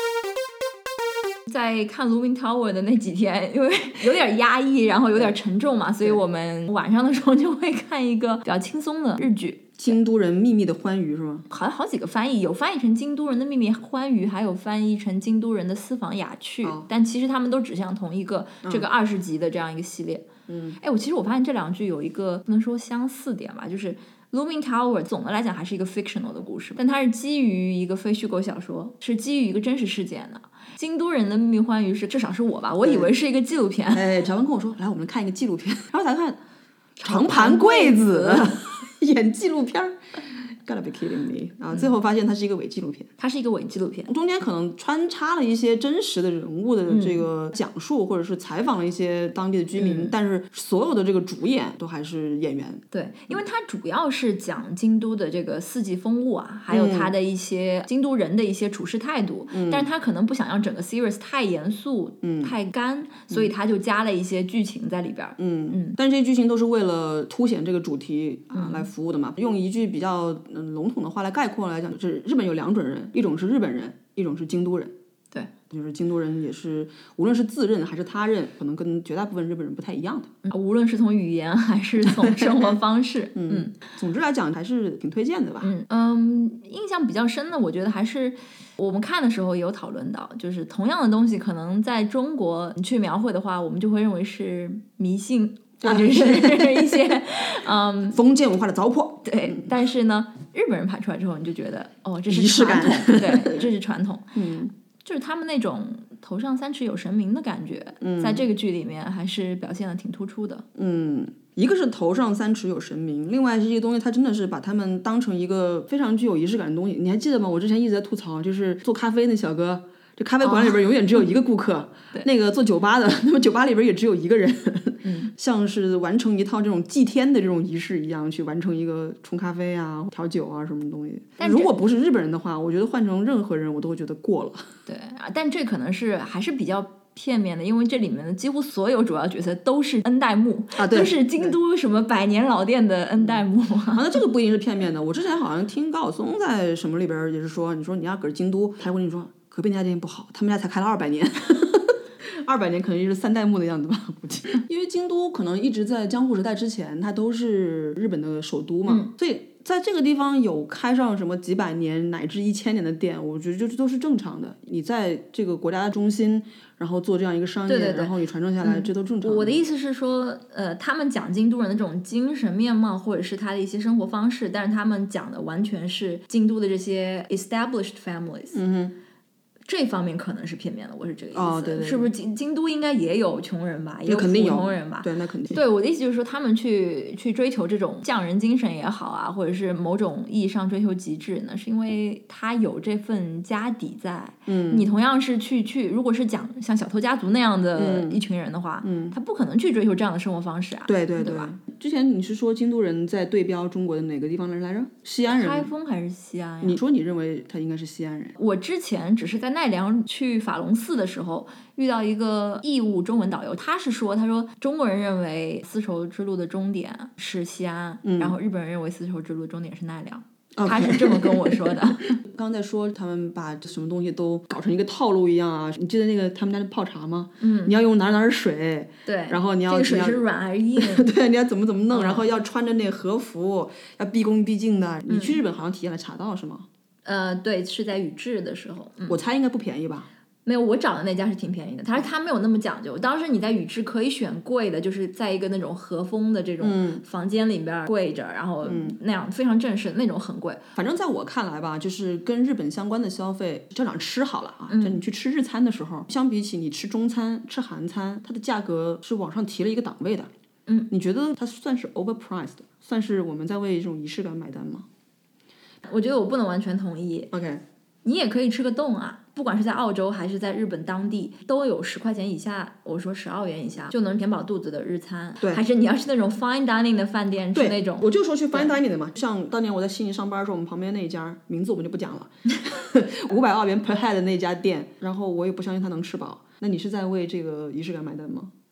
在看 Looming Tower 的那几天，因为有点压抑，然后有点沉重嘛，所以我们晚上的时候就会看一个比较轻松的日剧。 京都人秘密的欢愉是吗？ 好像好几个翻译，有翻译成京都人的秘密欢愉，还有翻译成京都人的私房雅趣、哦、但其实他们都指向同一个、嗯、这个二十集的这样一个系列。 嗯， 哎，我其实我发现这两句有一个不能说相似点吧，就是 Looming Tower 总的来讲还是一个 fictional 的故事，但它是基于一个非虚构小说，是基于一个真实事件的。京都人的秘密欢愉是至少是我吧，我以为是一个纪录片。 哎，乔文跟我说来我们看一个纪录片，然后才看长盘贵子演纪录片，gotta be kidding me 啊！最后发现它是一个伪纪录片， 它是一个伪纪录片， 中间可能穿插了一些真实的人物的这个讲述，嗯、或者是采访了一些当地的居民、嗯，但是所有的这个主演都还是演员。 对，因为它主要是讲京都的这个四季风物啊，还有它的一些京都人的一些处事态度，嗯、但是他可能不想让整个 series 太严肃、嗯、太干，所以他就加了一些剧情在里边。 嗯嗯，但是这些剧情都是为了凸显这个主题啊、嗯、来服务的嘛。用一句比较嗯笼统的话来概括来讲，就是日本有两种人，一种是日本人，一种是京都人。 对， 就是京都人也是无论是自认还是他认，可能跟绝大部分日本人不太一样的、 嗯、无论是从语言还是从生活方式嗯, 嗯总之来讲还是挺推荐的吧。 嗯嗯，印象比较深的我觉得还是我们看的时候也有讨论到，就是同样的东西可能在中国去描绘的话，我们就会认为是迷信或者是一些嗯封建文化的糟粕。 对，但是呢日本人拍出来之后你就觉得哦，这是传统，对，这是传统。 嗯， 就是他们那种头上三尺有神明的感觉、嗯、在这个剧里面还是表现的挺突出的。 嗯，一个是头上三尺有神明，另外是这个东西它真的是把他们当成一个非常具有仪式感的东西。你还记得吗？我之前一直在吐槽，就是做咖啡那小哥，这咖啡馆里边永远只有一个顾客、哦、那个做酒吧的，那么酒吧里边也只有一个人，嗯，像是完成一套这种祭天的这种仪式一样，去完成一个冲咖啡啊、调酒啊什么东西。如果不是日本人的话，我觉得换成任何人我都会觉得过了。 对啊，但这可能是还是比较片面的，因为这里面的几乎所有主要角色都是恩代木啊，对， 都是京都什么百年老店的恩代木、嗯、 啊，那这个不一定是片面的。我之前好像听高晓松在什么里边也是说，你说你要搁京都，他会跟你说隔壁那家店不好，他们家才开了二百年。二百年可能就是三代目的样子吧，估计。因为京都可能一直在江户时代之前，它都是日本的首都嘛，嗯、所以在这个地方有开上什么几百年乃至一千年的店，我觉得就是都是正常的。你在这个国家的中心，然后做这样一个商业， 对对对， 然后你传承下来，嗯、这都正常的。 我的意思是说，呃，他们讲京都人的这种精神面貌，或者是他的一些生活方式，但是他们讲的完全是京都的这些 established families。 嗯哼。 这方面可能是片面的，我是这个意思。 哦，对对对， 是不是京京都应该也有穷人吧，也有普通人吧？ 对，那肯定。 对，我的意思就是说，他们去去追求这种匠人精神也好啊，或者是某种意义上追求极致呢，是因为他有这份家底在。 嗯， 你同样是去去，如果是讲像小偷家族那样的一群人的话， 嗯， 他不可能去追求这样的生活方式啊。 对对 对, 对吧？ 之前你是说京都人在对标中国的哪个地方人来着？西安人。 开封还是西安呀？ 你说你认为他应该是西安人？ 我之前只是在奈良去法隆寺的时候遇到一个义务中文导游，他是说他说中国人认为丝绸之路的终点是西安、嗯、然后日本人认为丝绸之路的终点是奈良、okay. 他是这么跟我说的。 刚刚在说他们把什么东西都搞成一个套路一样啊，你记得那个他们家的泡茶吗？ 嗯， 你要用哪哪水， 对， 然后你要这个水是软还是硬？ 对，你要怎么怎么弄、嗯、然后要穿着那个和服，要毕恭毕敬的、嗯、你去日本好像体验了茶道是吗？ 呃，对，是在宇治的时候、嗯、 我猜应该不便宜吧。 没有，我找的那家是挺便宜的，他他没有那么讲究。当时你在宇治可以选贵的，就是在一个那种和风的这种房间里边跪着、嗯、然后那样非常正式，那种很贵。 反正在我看来吧，就是跟日本相关的消费，就讲吃好了啊，就你去吃日餐的时候、嗯、相比起你吃中餐吃韩餐，它的价格是往上提了一个档位的。 嗯， 你觉得它算是 overpriced， 算是我们在为这种仪式感买单吗？ 我觉得我不能完全同意。 OK， 你也可以吃个洞啊，不管是在澳洲还是在日本当地都有十块钱以下，我说十澳元以下就能填饱肚子的日餐。 对， 还是你要是那种 fine dining 的饭店，是那种， 我就说去 fine dining 的嘛，像当年我在悉尼上班的时候，我们旁边那一家名字我们就不讲了，五百澳元 per head 的那家店，然后我也不相信他能吃饱。那你是在为这个仪式感买单吗？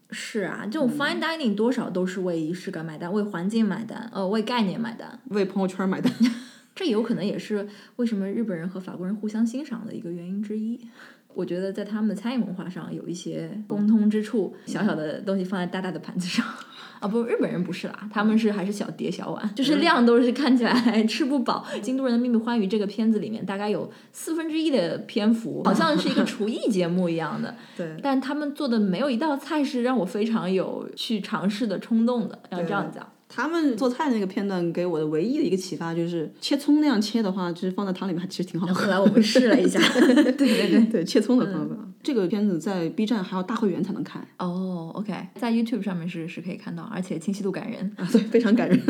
是啊，这种 fine dining 多少都是为仪式感买单，为环境买单，呃，为概念买单， 为朋友圈买单。 这有可能也是为什么日本人和法国人互相欣赏的一个原因之一。我觉得在他们的餐饮文化上有一些共通之处，小小的东西放在大大的盘子上。啊不，日本人不是啦，他们是还是小碟小碗，就是量都是看起来吃不饱。《京都人的秘密花园》这个片子里面，大概有四分之一的篇幅，好像是一个厨艺节目一样的。 对， 但他们做的没有一道菜是让我非常有去尝试的冲动的，要这样讲。 他们做菜的那个片段给我的唯一的一个启发就是切葱那样切的话，其实放在汤里面其实挺好喝。 后来我们试了一下，对对对对，切葱的方法、嗯。这个片子在 B 站还要大会员才能看。 哦、oh, ，OK， 在 YouTube 上面是是可以看到，而且清晰度感人啊，对，非常感人。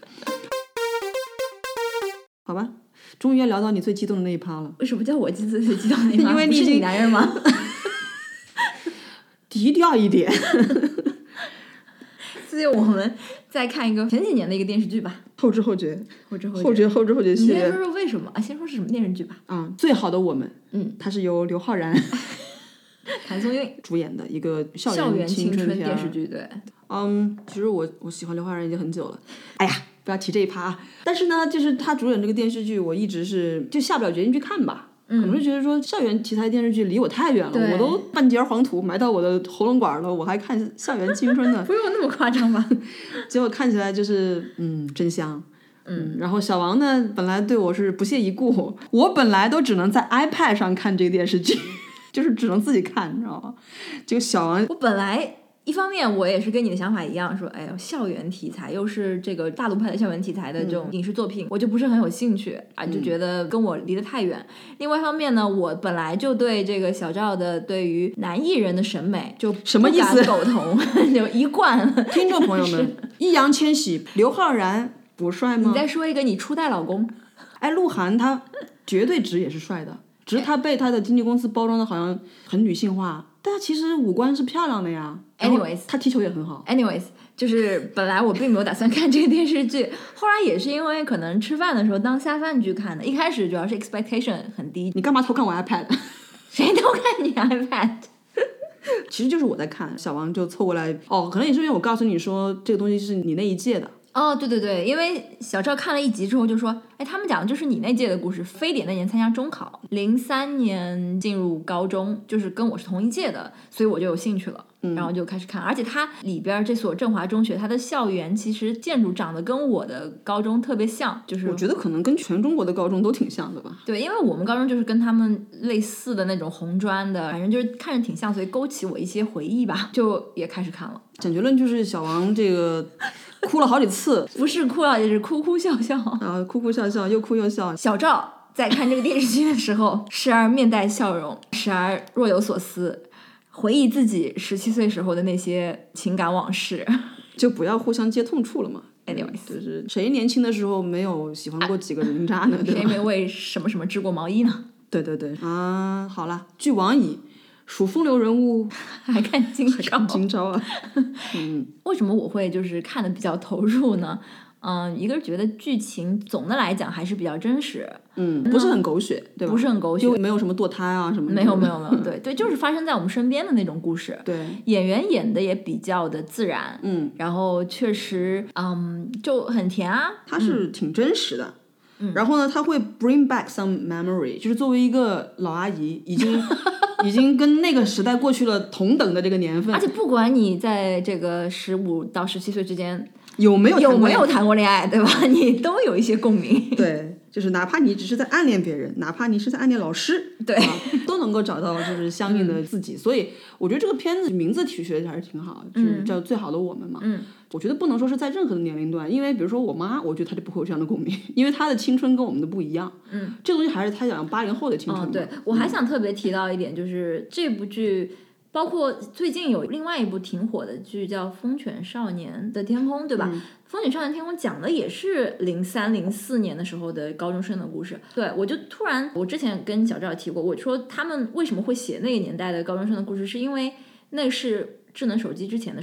好吧，终于要聊到你最激动的那一趴了。 为什么叫我最最激动的那一趴？ 因为你已经是你男人吗？ 低调一点。 所以我们再看一个前几年的一个电视剧吧， 后知后觉， 后知后觉， 后觉后知后觉系列。 你先说说为什么啊？先说是什么电视剧吧。 啊，最好的我们， 嗯， 它是由刘昊然、 谭松韵主演的一个校园青春电视剧，对。 嗯，其实我我喜欢刘昊然已经很久了。哎呀，不要提这一趴啊！但是呢，就是他主演这个电视剧，我一直是就下不了决心去看吧。可能是觉得说校园题材电视剧离我太远了，我都半截黄土埋到我的喉咙管了，我还看校园青春呢。 不用那么夸张吧？ 结果看起来就是嗯真香。嗯，然后小王呢，本来对我是不屑一顾，我本来都只能在 iPad 上看这个电视剧，就是只能自己看，你知道吗？结果小王， 我本来。一方面我也是跟你的想法一样，说哎呀校园题材又是这个大陆派的校园题材的这种影视作品、嗯、我就不是很有兴趣啊，就觉得跟我离得太远、嗯、另外一方面呢，我本来就对这个小赵的对于男艺人的审美就什么意思苟同就一贯。 听众朋友们，易烊千玺刘昊然不帅吗？ 你再说一个你初代老公。 哎，鹿晗他绝对值也是帅的，只是他被他的经纪公司包装的好像很女性化，但他其实五官是漂亮的呀。 Anyways， 他踢球也很好。 Anyways， 就是本来我并没有打算看这个电视剧，后来也是因为可能吃饭的时候当下饭剧看的。一开始主要是 expectation 很低。 你干嘛偷看我 iPad？ 谁偷看你 iPad？ 其实就是我在看，小王就凑过来。哦，可能也是因为我告诉你说这个东西是你那一届的。 哦，对对对，因为小赵看了一集之后就说，哎，他们讲的就是你那届的故事。非典那年参加中考，零三年进入高中，就是跟我是同一届的，所以我就有兴趣了。然后就开始看、嗯、而且它里边这所振华中学，它的校园其实建筑长得跟我的高中特别像，就是我觉得可能跟全中国的高中都挺像的吧。 对，因为我们高中就是跟他们类似的那种红砖的，反正就是看着挺像，所以勾起我一些回忆吧，就也开始看了。 简结论就是小王这个哭了好几次。 不是哭了，也是哭哭笑笑啊，哭哭笑笑，又哭又笑。 小赵在看这个电视剧的时候，时而面带笑容，时而若有所思，回忆自己十七岁时候的那些情感往事， 就不要互相接痛处了嘛。 Anyways， 就是谁年轻的时候没有喜欢过几个人渣呢？ 啊、谁没为什么什么织过毛衣呢？ 对对对啊，好了，据网瘾，属风流人物还看今朝， 今朝啊。嗯， 为什么我会就是看的比较投入呢？嗯，一个是觉得剧情总的来讲还是比较真实， 嗯，不是很狗血，对吧？ 不是很狗血， 就没有什么堕胎啊什么的， 没有没有没有，对对，就是发生在我们身边的那种故事。 对， 演员演的也比较的自然， 嗯， 然后确实，嗯，就很甜啊， 它是挺真实的。 嗯， 然后呢，它会 bring back some memory， 就是作为一个老阿姨，已经已经跟那个时代过去了同等的这个年份， 而且不管你在这个十五到十七岁之间。 有没有有没有谈过恋爱，对吧？你都有一些共鸣。 对，就是哪怕你只是在暗恋别人，哪怕你是在暗恋老师， 对， 啊、都能够找到就是相应的自己。嗯、所以我觉得这个片子名字取学还是挺好，就是叫《最好的我们》嘛。 嗯， 我觉得不能说是在任何的年龄段，因为比如说我妈，我觉得她就不会有这样的共鸣，因为她的青春跟我们的不一样。 嗯， 这个东西还是她讲八零后的青春、 哦。对，我还想特别提到一点，就是、嗯、这部剧。包括最近有另外一部挺火的剧叫《风犬少年的天空》，对吧？ 嗯、 风犬少年天空讲的也是零三零四年的时候的高中生的故事。对，我就突然，我之前跟小赵提过，我说他们为什么会写那个年代的高中生的故事，是因为那是智能手机之前的时代。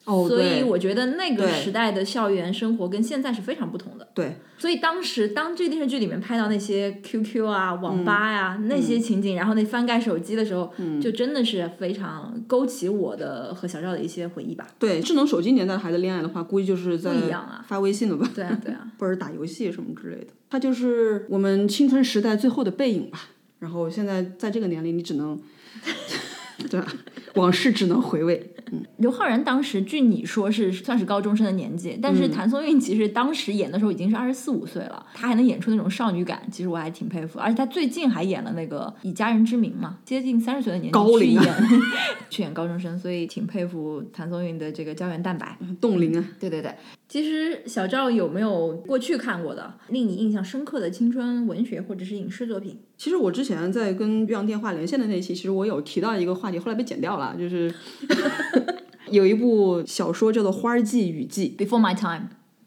哦， 所以对我觉得那个对时代的校园生活跟现在是非常不同的。 对， 所以当时当这个电视剧里面拍到那些 Q Q 啊、网吧呀、 嗯、 那些情景，然后那翻盖手机的时候，嗯、就真的是非常勾起我的和小赵的一些回忆吧。 对，智能手机年代的孩子恋爱的话，估计就是在不一样啊， 发微信了吧？ 对啊，对啊， 或者打游戏什么之类的。它就是我们青春时代最后的背影吧。然后现在在这个年龄，你只能，对吧？往事只能回味。嗯， 刘昊然当时据你说是算是高中生的年纪，但是谭松韵其实当时演的时候已经是二十四五岁了，她还能演出那种少女感，其实我还挺佩服。而且她最近还演了那个《以家人之名》嘛，接近三十岁的年纪高龄、啊、 去演去演高中生，所以挺佩服谭松韵的这个胶原蛋白冻龄啊。 对对对，其实小赵有没有过去看过的令你印象深刻的青春文学或者是影视作品？ 其实我之前在跟岳阳电话连线的那期，其实我有提到一个话题，后来被剪掉了，就是有一部小说叫做《花季雨季》 Before My Time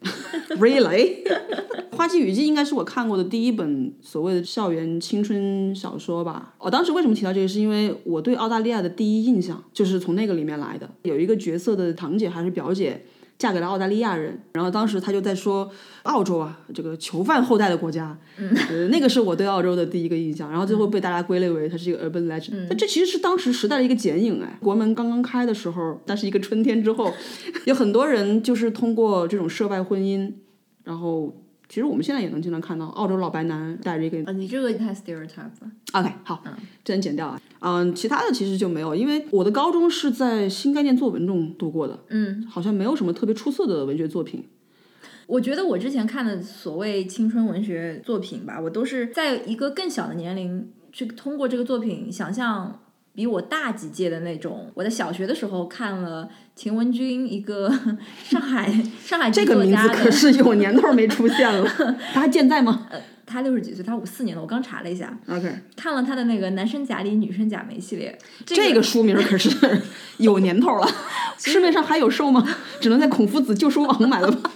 Really 花季雨季应该是我看过的第一本所谓的校园青春小说吧。我、哦、当时为什么提到这个，是因为我对澳大利亚的第一印象就是从那个里面来的。有一个角色的堂姐还是表姐嫁给了澳大利亚人，然后当时他就在说澳洲啊，这个囚犯后代的国家，嗯呃、那个是我对澳洲的第一个印象，然后最后被大家归类为它是一个 urban legend，嗯、但这其实是当时时代的一个剪影哎。国门刚刚开的时候，但是一个春天之后，有很多人就是通过这种涉外婚姻，然后其实我们现在也能经常看到澳洲老白男带着一个， 啊，你这个太 stereotype 了。 OK， 好，嗯，这能剪掉啊。嗯，其他的其实就没有，因为我的高中是在新概念作文中度过的， 嗯， 好像没有什么特别出色的文学作品。 我觉得我之前看的所谓青春文学作品吧，我都是在一个更小的年龄去通过这个作品想象比我大几届的那种。我在小学的时候看了秦文君，一个上海上海这个名字可是有年头没出现了，他还健在吗？ 呃，他六十几岁，他五四年的，我刚查了一下。 OK， 看了他的那个男生甲里女生甲没系列， 这个、这个书名可是有年头了，市面上还有售吗？只能在孔夫子旧书网买了吧。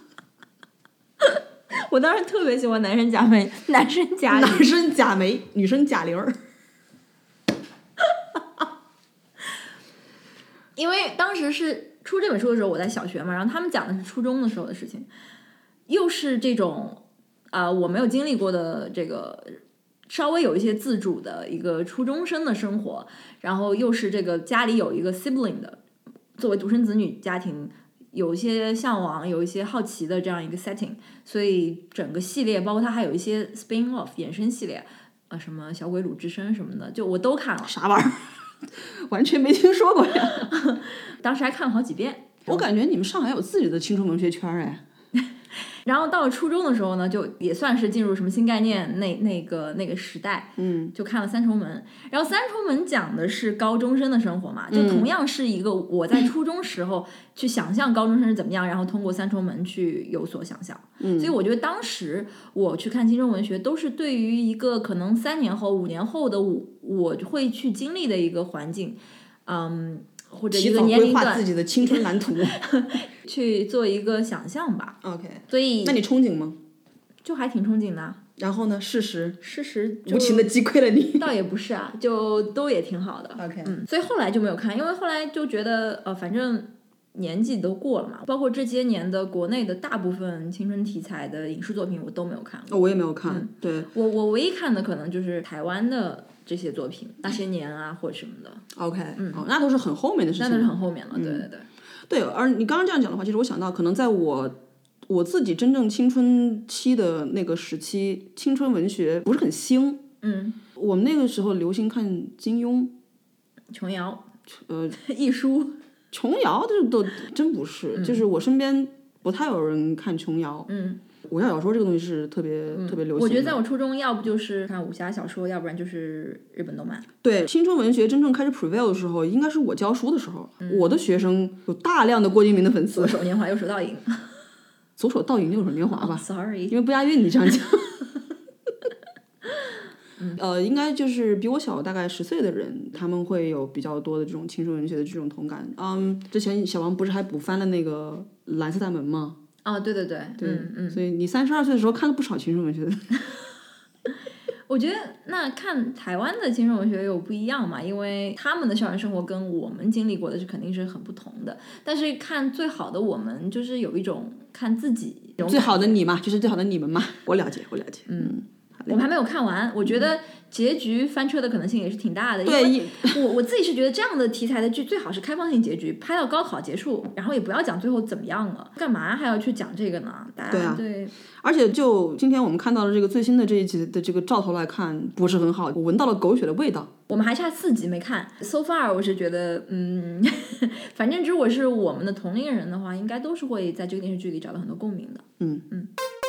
我当时特别喜欢男生甲梅，男生甲里， 男生甲梅，女生甲玲儿。 因为当时是出这本书的时候，我在小学嘛，然后他们讲的是初中的时候的事情，又是这种啊、呃，我没有经历过的这个稍微有一些自主的一个初中生的生活，然后又是这个家里有一个 sibling 的，作为独生子女家庭。有一些向往，有一些好奇的这样一个 setting， 所以整个系列包括它还有一些 spin off 衍生系列，呃，什么小鬼鲁智深什么的，就我都看了。 啥玩意儿？完全没听说过呀！ 当时还看了好几遍。 我感觉你们上海有自己的青春文学圈哎。 然后到了初中的时候呢，就也算是进入什么新概念那那个那个时代， 嗯， 就看了《三重门》。然后《三重门》讲的是高中生的生活嘛，就同样是一个我在初中时候去想象高中生是怎么样，然后通过《三重门》去有所想象。 嗯， 所以我觉得当时我去看青春文学，都是对于一个可能三年后、五年后的我，我会去经历的一个环境，嗯。或者一个年龄段， 提早规划自己的青春蓝图， 去做一个想象吧。 OK， 所以那你憧憬吗？ 就还挺憧憬的。 然后呢？事实事实无情的击溃了你。 倒也不是啊，就都也挺好的。 OK， 嗯，所以后来就没有看，因为后来就觉得呃，反正年纪都过了嘛。包括这些年的国内的大部分青春题材的影视作品，我都没有看过。 哦，我也没有看。 嗯、 对， 我我唯一看的可能就是台湾的。这些作品，那些年啊，或者什么的 ，OK， 嗯、哦，那都是很后面的事情， 那都是很后面了， 嗯、 对对对。 对，而你刚刚这样讲的话，其实我想到，可能在我我自己真正青春期的那个时期，青春文学不是很兴。 嗯， 我们那个时候流行看金庸、 琼瑶， 呃， 易舒、 琼瑶，这都真不是、嗯，就是我身边不太有人看琼瑶。 嗯。 武侠小说这个东西是特别、嗯、特别流行的。 我觉得在我初中，要不就是看武侠小说，要不然就是日本动漫。 对，青春文学真正开始 prevail 的时候，应该是我教书的时候。嗯、我的学生有大量的郭敬明的粉丝。 左手年华，右手倒影。 左手倒影，右手年华吧。 Oh, sorry， 因为不押韵，你这样讲。嗯、呃，应该就是比我小大概十岁的人，他们会有比较多的这种青春文学的这种同感。嗯，之前小王不是还补翻了那个《蓝色大门》吗？ 哦，对对对， 对， 嗯嗯， 所以你三十二岁的时候看了不少青春文学的。 我觉得那看台湾的青春文学有不一样嘛，因为他们的校园生活跟我们经历过的是肯定是很不同的。但是看最好的我们，就是有一种看自己最好的你嘛，就是最好的你们嘛。我了解，我了解。 嗯，我们还没有看完，我觉得结局翻车的可能性也是挺大的。 对， 因为我我自己是觉得这样的题材的剧最好是开放性结局，拍到高考结束，然后也不要讲最后怎么样了，干嘛还要去讲这个呢？大家对啊， 对。 而且就今天我们看到的这个最新的这一集的这个兆头来看，不是很好，我闻到了狗血的味道。 我们还差四集没看 ，so far 我是觉得，嗯，反正如果是我们的同龄人的话，应该都是会在这个电视剧里找到很多共鸣的。 嗯嗯。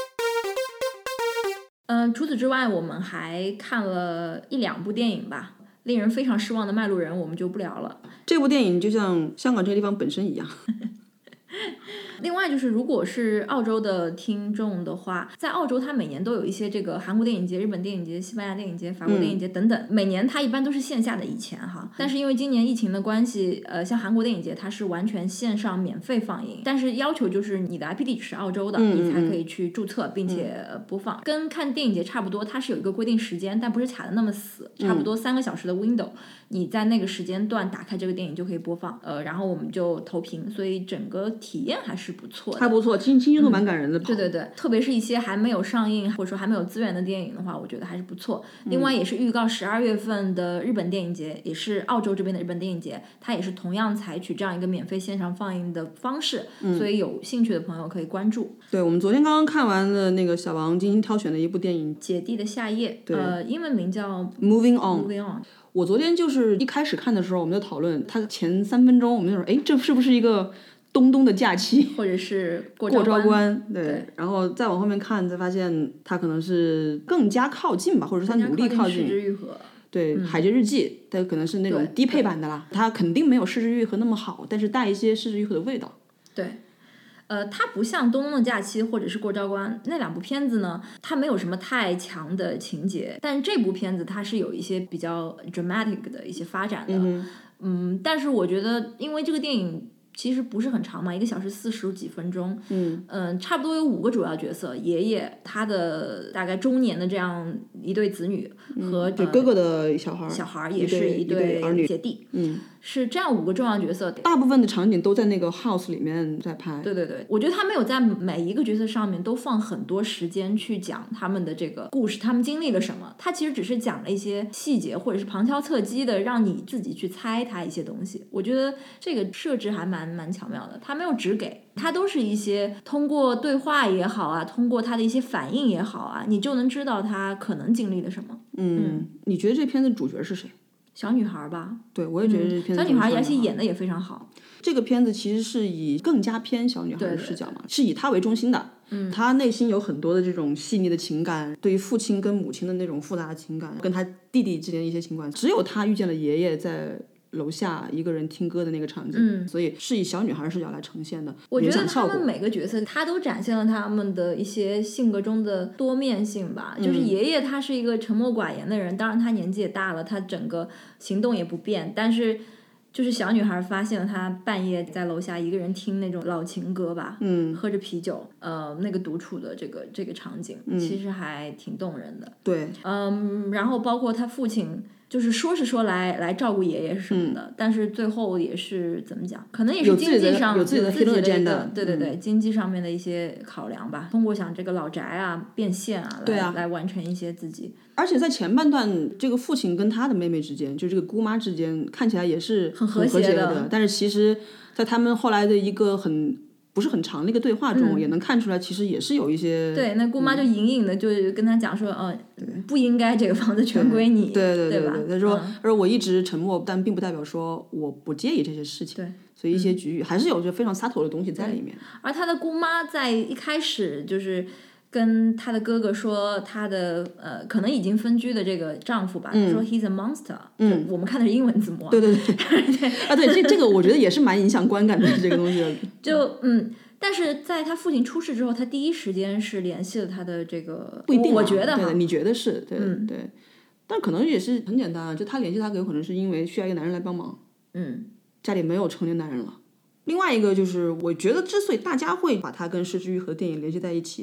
嗯、呃，除此之外，我们还看了一两部电影吧。令人非常失望的《麦路人》，我们就不聊了。 这部电影就像香港这个地方本身一样。 另外就是，如果是澳洲的听众的话，在澳洲它每年都有一些这个韩国电影节、日本电影节、西班牙电影节、法国电影节等等，嗯、每年它一般都是线下的以前哈，但是因为今年疫情的关系，呃，像韩国电影节它是完全线上免费放映，但是要求就是你的 I P 地址是澳洲的， 嗯、 你才可以去注册并且播放，嗯、跟看电影节差不多，它是有一个规定时间，但不是卡的那么死，差不多三个小时的 window，嗯、你在那个时间段打开这个电影就可以播放，呃，然后我们就投屏，所以整个体验还是不错的， 还不错。清清楚蛮感人的、嗯， 对对对，特别是一些还没有上映或者说还没有资源的电影的话，我觉得还是不错。另外也是预告十二月份的日本电影节，也是澳洲这边的日本电影节，它也是同样采取这样一个免费线上放映的方式，嗯、所以有兴趣的朋友可以关注。 对，我们昨天刚刚看完了那个小王精心挑选的一部电影《 姐弟的夏夜》，呃，英文名叫 Moving On。 Moving On。 我昨天就是一开始看的时候，我们就讨论它前三分钟，我们就说，哎，这是不是一个东东的假期， 或者是过招 关, 关对, 对， 然后再往后面看才发现它可能是更加靠近吧，或者是它努力靠近失之愈合。 对、嗯、海街日记它可能是那种低配版的啦，它肯定没有失之愈合那么好，但是带一些失之愈合的味道。 对，呃，它不像东东的假期或者是过招关那两部片子呢，它没有什么太强的情节，但是这部片子它是有一些比较 dramatic 的一些发展的。嗯, 嗯但是我觉得因为这个电影其实不是很长嘛，一个小时四十几分钟，嗯嗯，差不多有五个主要角色，爷爷他的大概中年的这样一对子女和、 嗯、对哥哥的小孩， 小孩也是一对儿女姐弟， 嗯， 是这样五个重要角色， 大部分的场景都在那个 house 里面在拍。 对对对，我觉得他没有在每一个角色上面都放很多时间去讲他们的这个故事，他们经历了什么，他其实只是讲了一些细节或者是旁敲侧击的让你自己去猜他一些东西，我觉得这个设置还蛮蛮巧妙的，他没有只给，他都是一些通过对话也好啊，通过他的一些反应也好啊，你就能知道他可能经历了什么。 嗯, 嗯你觉得这片子主角是谁？ 小女孩吧。 对，我也觉得这片子、 嗯、小女孩而且演的也非常好。 这个片子其实是以更加偏小女孩的视角嘛，对对对，是以她为中心的。嗯，她内心有很多的这种细腻的情感，对于父亲跟母亲的那种复杂的情感，跟她弟弟之间的一些情感，只有她遇见了爷爷在楼下一个人听歌的那个场景，嗯，所以是以小女孩视角来呈现的。 我觉得他们每个角色他都展现了他们的一些性格中的多面性吧、嗯、就是爷爷他是一个沉默寡言的人，当然他年纪也大了，他整个行动也不便，但是就是小女孩发现了他半夜在楼下一个人听那种老情歌吧，嗯，喝着啤酒，呃，那个独处的这个这个场景、嗯、其实还挺动人的。 对， 嗯，然后包括他父亲就是说是说来来照顾爷爷什么的、嗯，但是最后也是怎么讲，可能也是经济上有自己的 hidden agenda， 对对对、嗯，经济上面的一些考量吧，通过想这个老宅啊变现啊，来对啊来完成一些自己。 而且在前半段，这个父亲跟他的妹妹之间，就这个姑妈之间，看起来也是很和谐的，但是其实，在他们后来的一个很不是很长的一个对话中、嗯、也能看出来其实也是有一些， 对，那姑妈就隐隐的就跟他讲说、嗯、呃，不应该这个房子全归你， 对对对对吧？ 他说、嗯、他说我一直沉默，但并不代表说我不介意这些事情， 对， 所以一些局域、嗯、还是有着非常洒脱的东西在里面。 而他的姑妈在一开始就是跟他的哥哥说他的呃可能已经分居的这个丈夫吧，嗯、说 he's a monster， 嗯，我们看的是英文字幕、啊， 对对对对啊，对，这这个我觉得也是蛮影响观感的这个东西就嗯，但是在他父亲出事之后，他第一时间是联系了他的这个， 不一定、啊， 我觉得哈， 对，你觉得是对、 嗯、 对，但可能也是很简单啊，就他联系他有可能是因为需要一个男人来帮忙， 嗯， 家里没有成年男人了。另外一个就是我觉得之所以大家会把他跟失之愈合的电影联系在一起，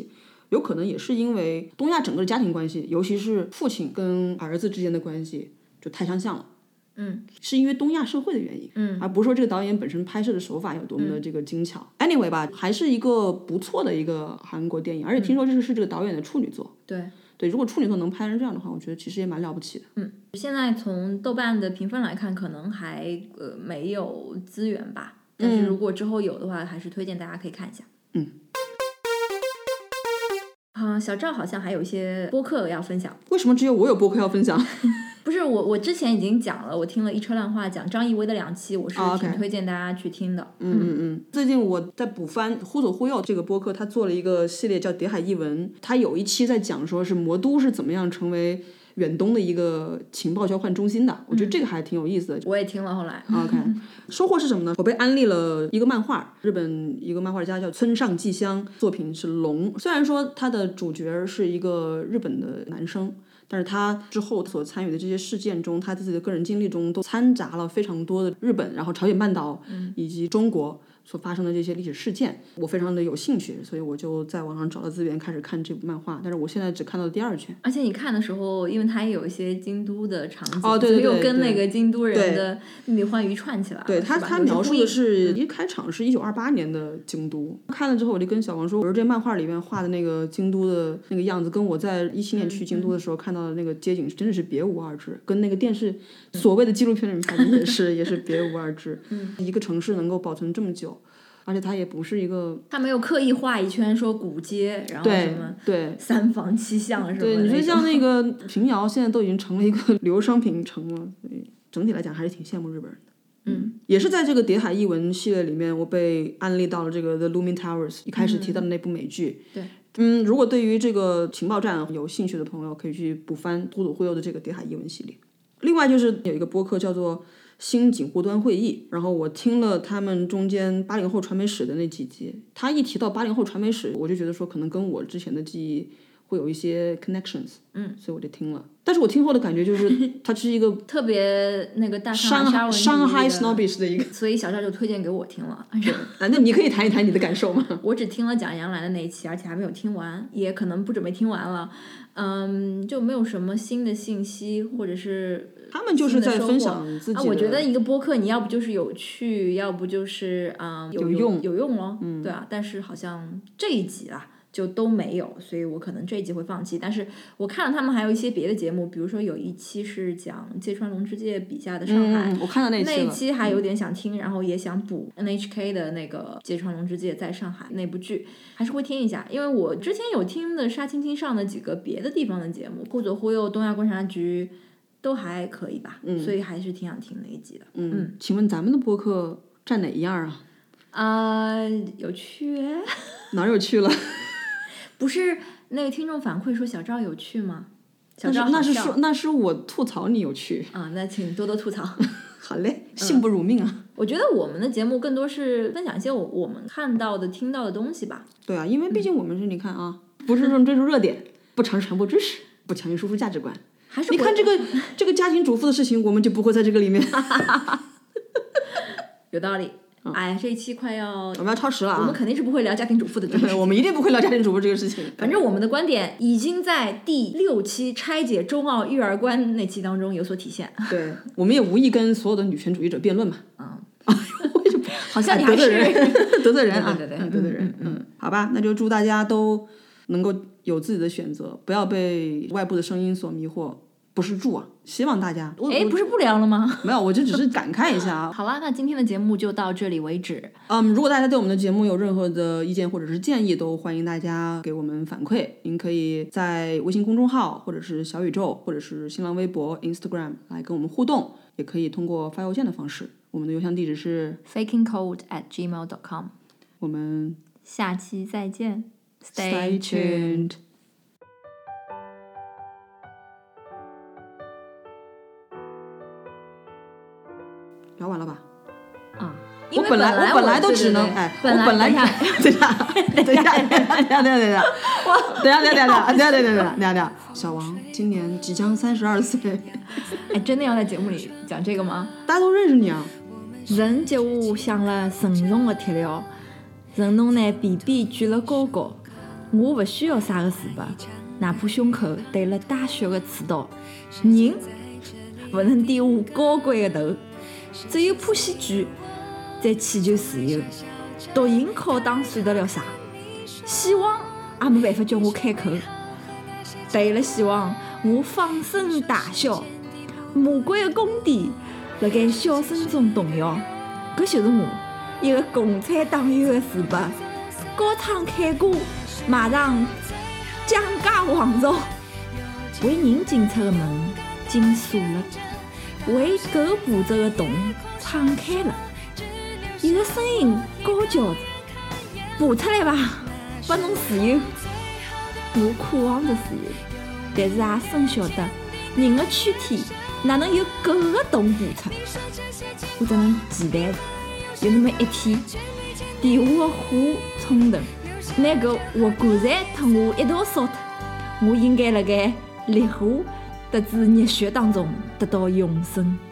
有可能也是因为东亚整个的家庭关系，尤其是父亲跟儿子之间的关系就太相像了。 嗯， 是因为东亚社会的原因， 嗯， 而不是说这个导演本身拍摄的手法有多么的这个精巧。嗯、anyway 吧，还是一个不错的一个韩国电影，而且听说这是这个导演的处女作。 对对，如果处女作能拍成这样的话，我觉得其实也蛮了不起的。 嗯，现在从豆瓣的评分来看，可能还呃没有资源吧，但是如果之后有的话，还是推荐大家可以看一下。 嗯。 啊，小赵好像还有一些播客要分享。 为什么只有我有播客要分享？ 不是我，我之前已经讲了，我听了一车烂话讲张艺维的两期，我是挺推荐大家去听的。 Oh, okay. 嗯嗯嗯。最近我在补番《忽左忽右》这个播客，他做了一个系列叫《谍海译文》，他有一期在讲说是魔都是怎么样成为远东的一个情报交换中心的，我觉得这个还挺有意思的。嗯、 我也听了后来。 OK， 收获是什么呢？我被安利了一个漫画，日本一个漫画家叫村上纪香，作品是《龙》。虽然说他的主角是一个日本的男生，但是他之后所参与的这些事件中，他自己的个人经历中都掺杂了非常多的日本，然后朝鲜半岛以及中国所发生的这些历史事件，我非常的有兴趣，所以我就在网上找到资源开始看这部漫画，但是我现在只看到了第二卷。 而且你看的时候，因为它也有一些京都的场景， 哦，对对对， 所以又跟那个京都人的秘密欢愉串起来了。 对，他他描述的是一开场是一九二八年的京都，看了之后我就跟小王说，我说这漫画里面画的那个京都的那个样子，跟我在一七年去京都的时候看到的那个街景真的是别无二致，跟那个电视所谓的纪录片里面拍的也是也是别无二致。嗯，一个城市能够保存这么久。而且它也不是一个， 它没有刻意画一圈说古街，然后什么对三坊七巷什么的。 对，你说像那个平遥现在都已经成了一个旅游商品城了，所以整体来讲还是挺羡慕日本人的。 嗯， 也是在这个谍海译文系列里面，我被安利到了这个 The Looming Towers， 一开始提到的那部美剧。 对， 嗯，如果对于这个情报站有兴趣的朋友，可以去补翻忽左忽右的这个谍海译文系列。另外就是有一个播客叫做新警护端会议，然后我听了他们中间八零后传媒史的那几集，他一提到八零后传媒史，我就觉得说可能跟我之前的记忆会有一些 connections， 嗯， 所以我就听了。但是我听后的感觉就是它是一个特别那个大上海上海 snobbish 的一个， 所以小赵就推荐给我听了。 啊，那你可以谈一谈你的感受吗？ 我只听了讲杨澜的那一期，而且还没有听完，也可能不准备听完了。嗯，就没有什么新的信息，或者是他们就是在分享自己的。 啊，我觉得一个播客，你要不就是有趣，要不就是嗯有用有用咯，嗯，对啊。但是好像这一集啊就都没有，所以我可能这一集会放弃。但是我看了他们还有一些别的节目，比如说有一期是讲芥川龙之介笔下的上海， 嗯、我看到那一期那一期还有点想听，嗯、然后也想补 N H K 的那个芥川龙之介在上海那部剧，还是会听一下。因为我之前有听的沙青青上的几个别的地方的节目，忽左忽右、东亚观察局都还可以吧， 嗯、 所以还是挺想听那一集的。 嗯，嗯请问咱们的播客占哪一样啊？ 啊、呃，有趣？ 哪有趣了？ 不是那个听众反馈说小赵有趣吗？小赵那是说那是我吐槽你有趣啊，那请多多吐槽。 好嘞，幸不辱命啊、 嗯！我觉得我们的节目更多是分享一些我我们看到的、听到的东西吧。 对啊，因为毕竟我们是、嗯、你看啊，不是说追逐热点，不尝试传播知识，不强于输出价值观。 还是你看这个这个家庭主妇的事情，我们就不会在这个里面。 有道理。哎，这一期快要我们要超时了啊！ 我们肯定是不会聊家庭主妇的这个事情， 我们一定不会聊家庭主妇这个事情。 反正我们的观点已经在第六期拆解中澳育儿观那期当中有所体现。 对，我们也无意跟所有的女权主义者辩论嘛。 嗯， 好像你还是得罪人，得罪人啊！ 对对对， 嗯、得罪人。嗯, 嗯，好吧，那就祝大家都能够有自己的选择，不要被外部的声音所迷惑。不是祝啊，希望大家。 哎，不是不聊了吗？ 没有，我就只是感慨一下啊。 好了，那今天的节目就到这里为止。 嗯，如果大家对我们的节目有任何的意见或者是建议，都欢迎大家给我们反馈。您可以在微信公众号，或者是小宇宙，或者是新浪微博、Instagram 来跟我们互动，也可以通过发邮件的方式。我们的邮箱地址是 fakingcode at gmail dot com。 我们下期再见 ，Stay tuned。聊完了吧？ 啊， 我本来我本来都只能哎，我本来看，等一下，等一下，等一下，等一下，等一下，我等一下，等一下，等一下，等一下，等一下，等一下，小王今年即将三十二岁， 哎，真的要在节目里讲这个吗？ 大家都认识你啊。 人接我想了沉重的铁料，人侬呢比比举了高高， 我不需要啥个字吧，哪怕胸口戴了带血的刺刀，人不能抵我高贵的头。只有普希居在祈求自由，读音考档算得了啥？希望也没办法叫我开口。对了希望，我放声大笑，魔鬼的宫殿辣盖笑声中动摇。搿就是我一个共产党友的字吧。高唱凯歌，马上蒋家王朝，为人进出的门紧锁了，为狗步走的洞敞开了。一个声音高叫着：“爬出来吧，拨侬自由！”我渴望着自由，但是也深晓得人的躯体哪能由狗的洞爬出？我只能期待着有那么一天，地下的火冲腾，拿搿活棺材吞我一道烧脱。我应该辣盖烈火得知热血当中得到永生。